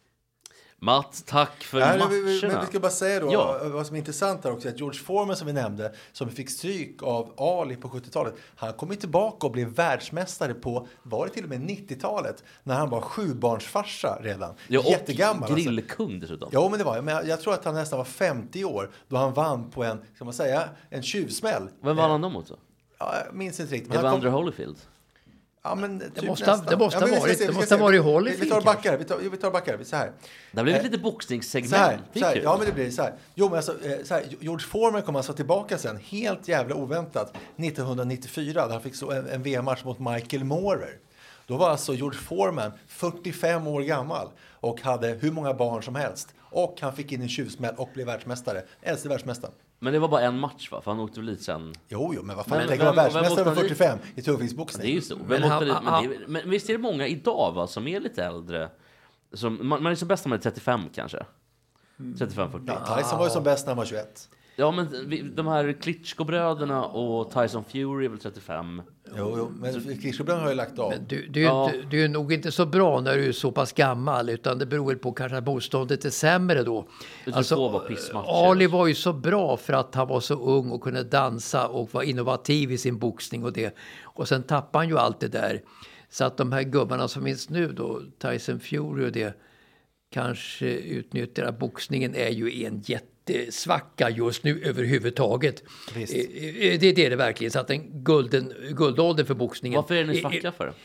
Mats, tack för Nej, matcherna. Vi, vi, men vi ska bara säga då, ja. vad som är intressant här också, att George Foreman som vi nämnde, som fick stryk av Ali på sjuttiotalet, han kom ju tillbaka och blev världsmästare på, var det till och med nittiotalet, när han var sjubarnsfarsa redan. Ja, och jättegammal. grillkung alltså. Dessutom. Ja, men det var, men jag, jag tror att han nästan var femtio år då han vann på en, ska man säga, en tjuvsmäll. Vem vann han då mot så? Ja, jag minns inte riktigt. Evander kom... Holyfield. Ja, men det, typ måste, det måste ha ja, varit, det måste ha varit Holyfield. Vi tar backar, vi tar, vi tar backar, så här. Det blev eh, lite boxningssegment. Så här, så här, ja, men det blir så här. Jo, men alltså, så här, George Foreman kom alltså tillbaka sen, helt jävla oväntat, nittonhundranittiofyra, där han fick så en, en V M-match mot Michael Moorer. Då var alltså George Foreman fyrtiofem år gammal och hade hur många barn som helst. Och han fick in en tjuvsmäll och blev världsmästare. Äldste världsmästaren. Men det var bara en match, va? För han åkte väl lite sen... Jo, jo, men vad fan, jag tänker vara världsmästare med fyrtiofem i tungviktsboxning. Det är ju så. Men, han, han, men, han, det, men visst är det många idag, va, som är lite äldre? Som, man, man är som bäst när man är trettiofem, kanske. trettiofem fyrtio. Ja, Tyson var ju som bäst när han var tjugoett. Ja, men vi, de här Klitschko-bröderna och Tyson Fury är väl trettiofem. Jo, jo, men Klitschko-bröderna har ju lagt av. Men du, du, ja. du, du är nog inte så bra när du är så pass gammal, utan det beror väl på kanske att motståndet är sämre då. Alltså, Ali var ju så bra för att han var så ung och kunde dansa och var innovativ i sin boxning och det. Och sen tappade han ju allt det där. Så att de här gubbarna som finns nu då, Tyson Fury och det, kanske utnyttjar boxningen, är ju en jättesvacka just nu överhuvudtaget. Visst. Det är det, det verkligen. Så att en gulden, guldålder för boxningen. Varför är ni svacka för?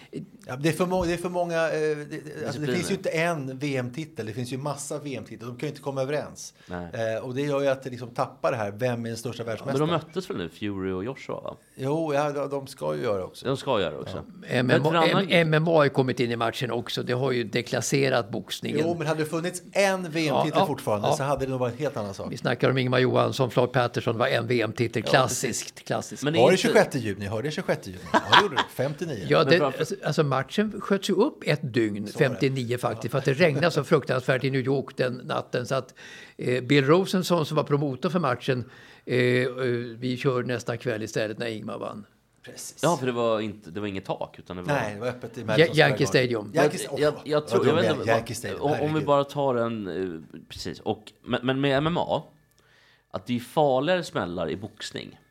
Ja, det, är för må- det är för många... Eh, det, alltså, det finns ju inte en V M-titel. Det finns ju massa V M-titlar. De kan ju inte komma överens. Eh, och det gör ju att det liksom tappar det här. Vem är den största världsmästaren? Men de möttes väl nu, Fury och Joshua, va? Jo, ja, de ska ju göra också. De ska göra också. Ja. M M A, M M A har ju kommit in i matchen också. Det har ju deklasserat boxningen. Jo, men hade det funnits en V M-titel ja, ja, fortfarande ja. så hade det nog varit en helt annan sak. Vi snackar om Ingemar Johansson, Floyd Patterson var en V M-titel. Klassiskt. Ja, klassiskt. Men det var det inte... tjugosjätte juni? Hörde det tjugosjätte juni? Ja, det gjorde det. femtionio. Ja, det, alltså, alltså matchen sköts ju upp ett dygn, femtionio faktiskt. Ja. För att det regnade så fruktansvärt i New York den natten. Så att eh, Bill Rosenson som var promotor för matchen, eh, vi kör nästa kväll istället när Ingmar vann. Precis. Ja, för det var, inte, det var inget tak. Utan det var... Nej, det var öppet i ja, Yankee Stadium. Yankees, oh, jag, jag tror, jag vet inte, Yankee Stadium. Om, om vi bara tar en... Precis. Och, men, men med M M A, att det är farligare smällar i boxning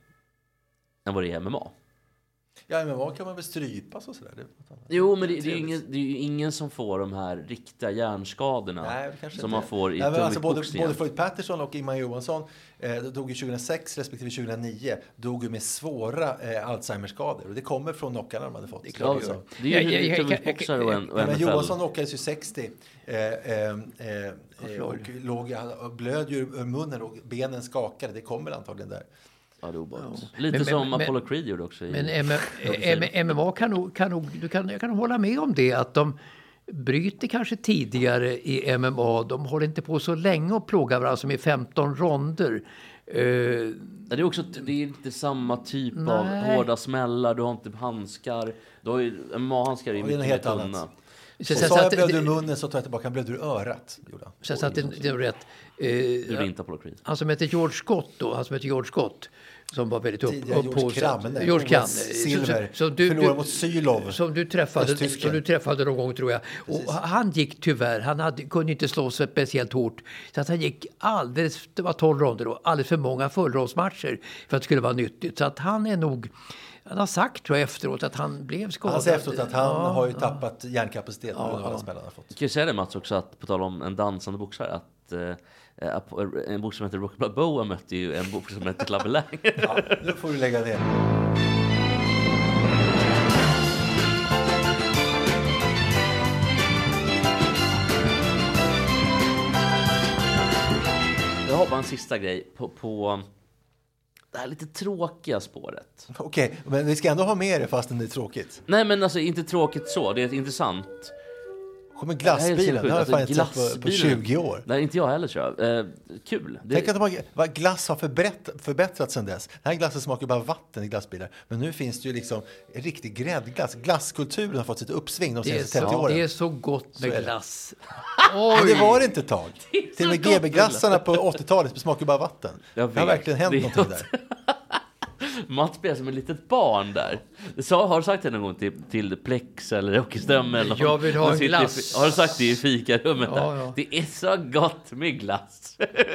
än vad det är i M M A. Ja, men vad kan man väl strypas och sådär? Jo, men det, det, är ju ingen, det är ju ingen som får de här riktiga hjärnskadorna. Nej, som inte. Man får i Nej, alltså både, både Floyd Patterson och Ingemar Johansson eh, dog ju tjugohundrasex respektive tjugohundranio dog ju med svåra eh, Alzheimer-skador. Och det kommer från knockarna de hade fått. Det är klart. Ja, det är ju ja, ja, ja, boxare och en, och men Johansson knockades ju sextio eh, eh, eh, och låg, blöd ju ur munnen och benen skakade. Det kommer antagligen där. Ja, det är obehagligt. Lite men, som men, Apollo Creed gjorde också. I, men M M A kan nog, kan nog, du kan, jag kan hålla med om det, att de bryter kanske tidigare i M M A. De håller inte på så länge och plågar varandra som i femton ronder. Uh, det är också det är inte samma typ nej. av hårda smällar. Du har inte handskar. Du har ju, M M A-handskar är ju mycket helt tunna. Så sa jag blöd ur munnen så tar jag tillbaka, han blöd ur örat. Så att det, det är rätt. Eh, det är inte Apollo Creed. Han som heter George Scott då, han som heter George Scott som var väldigt upp, upp på Kram, George Kram. Silver. Så, så du, förlorade mot Sylov. Som du träffade som du träffade någon gång tror jag. Precis. Och han gick tyvärr, han hade, kunde inte slå sig speciellt hårt. Så att han gick alldeles, det var tolv ronder då, alldeles för många fullrondsmatcher för att det skulle vara nyttigt. Så att han är nog, han har sagt tror jag efteråt att han blev skadad. Han säger efteråt att han ja, har ju tappat ja. hjärnkapacitet på ja, alla spelarna har fått. Kan jag säga det Mats också, att på tal om en dansande boxare, att eh, en bok som heter Rocky Balboa mötte ju en bok som heter Clubber Lang. Ja, nu får du lägga ner. Jag har bara en sista grej på, på det här lite tråkiga spåret. Okej, okay, men vi ska ändå ha med det fast det är tråkigt. Nej, men alltså inte tråkigt så. Det är intressant. Kommer glassbilen, det har jag fan inte sett på, på tjugo år. Nej, inte jag heller tror jag. Eh, kul. Det... Tänk att de har, vad glass har förbätt, förbättrats sedan dess. Den här glassen smakar bara vatten i glassbilar. Men nu finns det ju liksom en riktig gräddglass. Glasskulturen har fått sitt uppsving de senaste trettio åren. Det är så gott med glass. Men det var det inte ett tag. Till och med G B-glassarna på åttiotalet smakar bara vatten. Det har verkligen hänt någonting där. Mats spelar som ett litet barn där. Så, har du sagt det någon gång till, till Plex eller Åkerström? Eller jag vill ha en glass. I, har du sagt det i fikarummet ja, där? ja. Det är så gott med glass.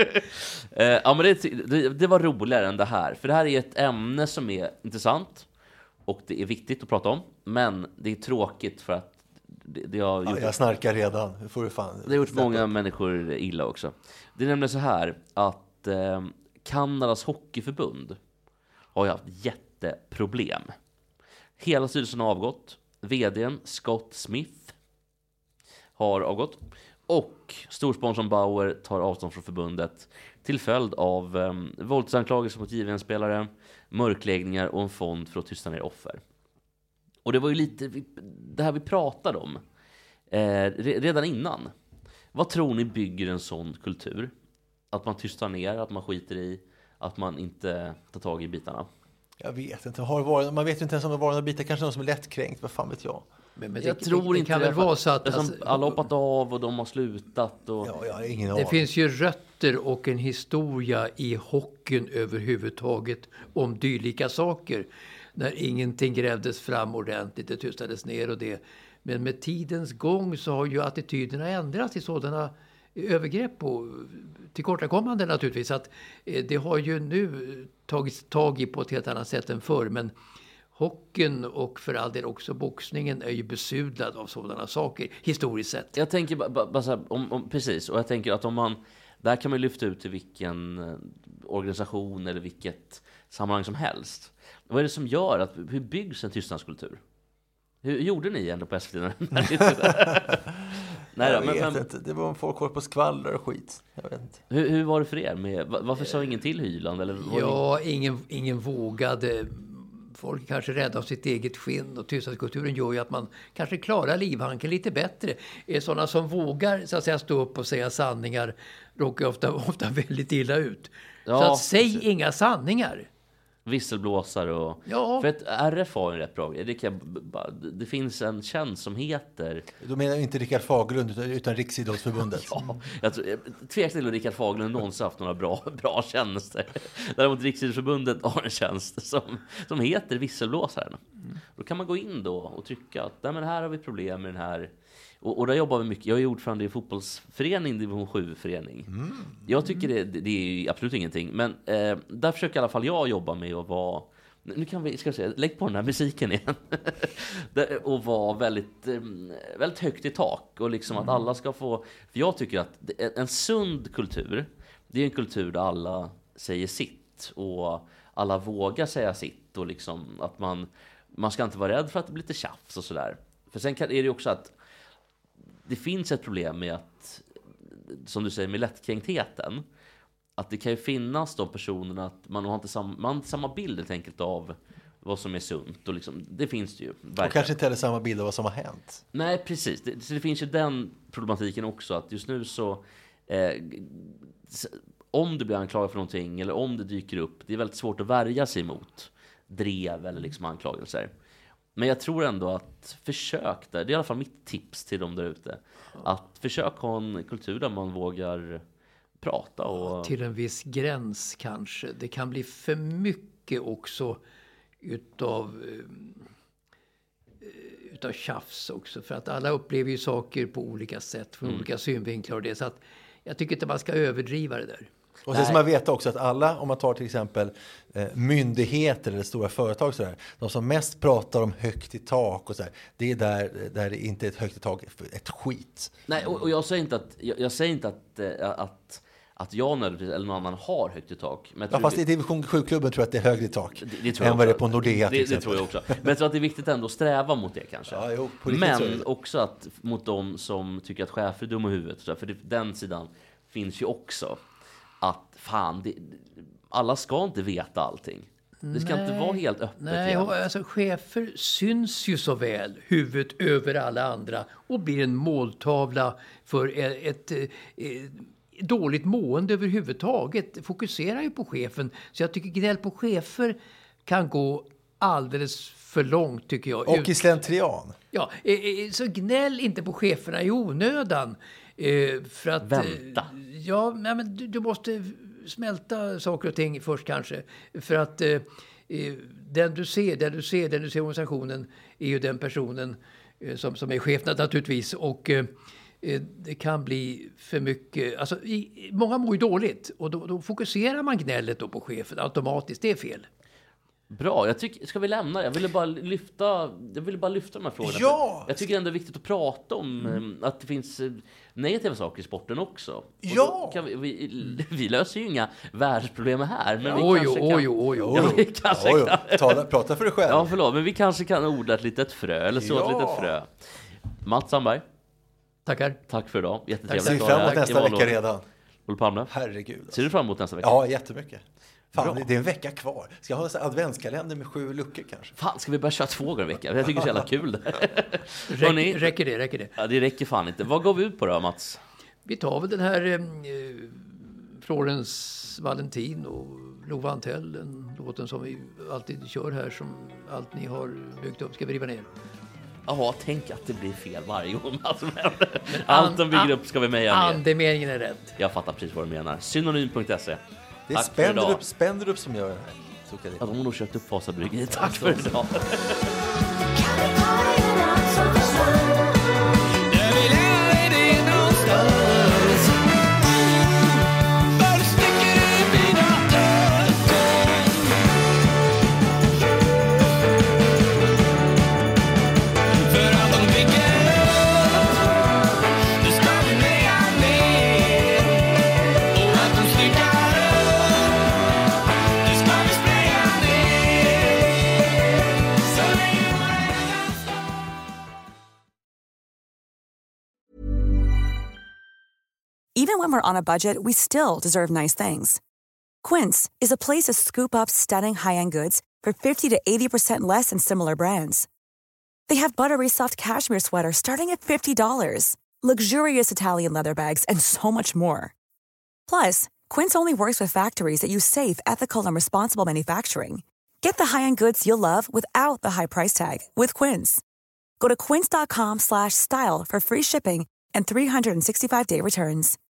uh, ja, men det, det, det var roligare än det här. För det här är ett ämne som är intressant. Och det är viktigt att prata om. Men det är tråkigt för att det, det har gjort... Ja, jag snarkar redan. Det, får du fan det har gjort många människor illa också. Det är nämligen så här att eh, Kanadas hockeyförbund har ju haft jätteproblem. Hela styrelsen har avgått. Vdn Scott Smith har avgått. Och storsponsorn Bauer tar avstånd från förbundet till följd av um, våldsanklagelser mot J V M-spelare, mörkläggningar och en fond för att tysta ner offer. Och det var ju lite det här vi pratade om eh, redan innan. Vad tror ni bygger en sån kultur? Att man tystar ner, att man skiter i, att man inte tar tag i bitarna. Jag vet inte. Har varit, man vet inte ens om det var några bitar. Kanske någon som är lättkränkt. Vad fan vet jag? Men, men jag det, tror det inte kan det. Väl vara så att alltså, alla har hoppat av och de har slutat. Och... Ja, jag har ingen det aning. finns ju rötter och en historia i hockeyn överhuvudtaget om dylika saker. När ingenting grävdes fram ordentligt, det tystades ner och det. Men med tidens gång så har ju attityderna ändrats i sådana övergrepp och tillkortakommande naturligtvis. Att det har ju nu tagits tag i på ett helt annat sätt än förr. Men hockeyn och för all del också boxningen är ju besudlad av sådana saker historiskt sett. Jag tänker bara, bara så här, om, om, precis, och jag tänker att om man, där kan man lyfta ut till vilken organisation eller vilket sammanhang som helst. Vad är det som gör att, hur byggs en tystnadskultur? Hur gjorde ni ändå på S V T? Nej då, jag men, vet men, inte. Det var om folk håller på skvaller och skit. Jag vet inte. Hur, hur var det för er? Med, varför sa ingen till Hyland? Eller var ja, det... ingen, ingen vågade. Folk är kanske rädda av sitt eget skinn, och tystnadskulturen gör ju att man kanske klarar livhanken lite bättre. Sådana som vågar så att säga, stå upp och säga sanningar råkar ofta, ofta väldigt illa ut. Ja, så att säg precis. Inga sanningar. Visselblåsare och... Ja. För att R F har en rätt bra grej. Det, kan, det finns en tjänst som heter... Du menar inte Rickard Fagerlund utan, utan Riksidrottsförbundet? Ja, jag tror, tvekar till att Rickard Fagerlund någonsin haft några bra, bra tjänster. Däremot Riksidrottsförbundet har en tjänst som, som heter Visselblåsaren. Mm. Då kan man gå in då och trycka att nej, men här har vi problem med den här... Och, och där jobbar vi mycket. Jag är ordförande i fotbollsförening, division sju-förening. Mm. Jag tycker det, det är absolut ingenting. Men eh, där försöker i alla fall jag jobba med att vara... Nu kan vi, ska jag säga, lägg på den här musiken igen. Och vara väldigt, eh, väldigt högt i tak. Och liksom mm. att alla ska få... För jag tycker att en sund kultur, det är en kultur där alla säger sitt. Och alla vågar säga sitt. Och liksom att man, man ska inte vara rädd för att det blir lite tjafs och sådär. För sen kan, är det ju också att det finns ett problem med att, som du säger, med lättkränktheten. Att det kan ju finnas de personerna att man har inte samma, man har inte samma bild helt enkelt av vad som är sunt. Och liksom, det finns det ju. Verkligen. Och kanske inte heller samma bild av vad som har hänt. Nej, precis. Det, så det finns ju den problematiken också. Att just nu så... Eh, om du blir anklagad för någonting eller om det dyker upp, det är väldigt svårt att värja sig emot drev eller liksom anklagelser. Men jag tror ändå att försök där, det är i alla fall mitt tips till dem där ute, att försök ha en kultur där man vågar prata. Och... Till en viss gräns kanske. Det kan bli för mycket också utav, utav tjafs också. För att alla upplever ju saker på olika sätt, från mm. olika synvinklar och det. Så att jag tycker inte man ska överdriva det där. Och sen ska man veta också att alla, om man tar till exempel eh, myndigheter eller stora företag så där, de som mest pratar om högt i tak och så där, det är där, där det inte är ett högt i tak, ett skit. Nej, och, och jag säger inte att jag, jag säger inte att, äh, att att jag eller någon annan har högt i tak. Men ja, fast det... i division sju-klubben tror jag att det är högre i tak det, det tror än jag vad det är på Nordea till det, exempel. Det tror jag också. Men jag tror att det är viktigt ändå att sträva mot det kanske. Ja, jo, men också att mot de som tycker att chefer är dumma i huvudet. För det, den sidan finns ju också. Att fan, det, alla ska inte veta allting. Det ska nej, inte vara helt öppet. Nej, alltså, chefer syns ju så väl huvudet över alla andra och blir en måltavla för ett, ett, ett dåligt mående överhuvudtaget. Fokuserar ju på chefen. Så jag tycker gnäll på chefer kan gå alldeles för långt tycker jag. Och i slentrian. Ja, så gnäll inte på cheferna i onödan. För att, vänta. Ja, men du, du måste smälta saker och ting först kanske. För att eh, den du ser, den du ser, den du ser i organisationen är ju den personen eh, som, som är chef naturligtvis. Och eh, det kan bli för mycket, alltså i, många mår ju dåligt. Och då, då fokuserar man gnället då på chefen automatiskt, det är fel. Bra, jag tycker, ska vi lämna? Jag ville bara lyfta, jag ville bara lyfta de här frågorna. Ja! Jag tycker ändå det är viktigt att prata om mm. att det finns negativa saker i sporten också. Och ja! Kan vi, vi, vi löser ju inga världsproblem här. Men ja. vi kanske oj, kan... Oj, oj, oj, ja, vi kanske oj, oj. kan... Tala, prata för dig själv. Ja, förlåt, men vi kanske kan odla ett litet frö. Eller så ja. ett litet frö. Mats Sandberg. Tackar. Tack för idag. Jättetrevligt. Ser du fram emot nästa vecka redan? Olof Palme. Herregud. Alltså. Ser du fram emot nästa vecka? Ja, jättemycket. Fan, det är en vecka kvar. Ska jag ha en adventskalender med sju luckor kanske? Fan, ska vi börja köra två gånger i veckan? Jag tycker det är så jävla kul. Räck, ni... Räcker det, räcker det? Ja, det räcker fan inte. Vad går vi ut på då, Mats? Vi tar väl den här eh, Florence Valentin och Lova Antell, den låten som vi alltid kör här, som allt ni har byggt upp. Ska vi riva ner? Ja, tänk att det blir fel varje gång. Alltså, allt de bygger upp ska vi meja ner. Andemeningen är rätt. Jag fattar precis vad du menar. Synonym punkt se. Det är Spendrup, Spendrup som gör det här. Ja, de har nog köpt upp Fasa Bryggeri. Tack för idag. So Even when we're on a budget, we still deserve nice things. Quince is a place to scoop up stunning high-end goods for fifty to eighty percent less than similar brands. They have buttery soft cashmere sweaters starting at fifty dollars, luxurious Italian leather bags, and so much more. Plus, Quince only works with factories that use safe, ethical, and responsible manufacturing. Get the high-end goods you'll love without the high price tag with Quince. Go to quince.com slash style for free shipping and three hundred sixty-five day returns.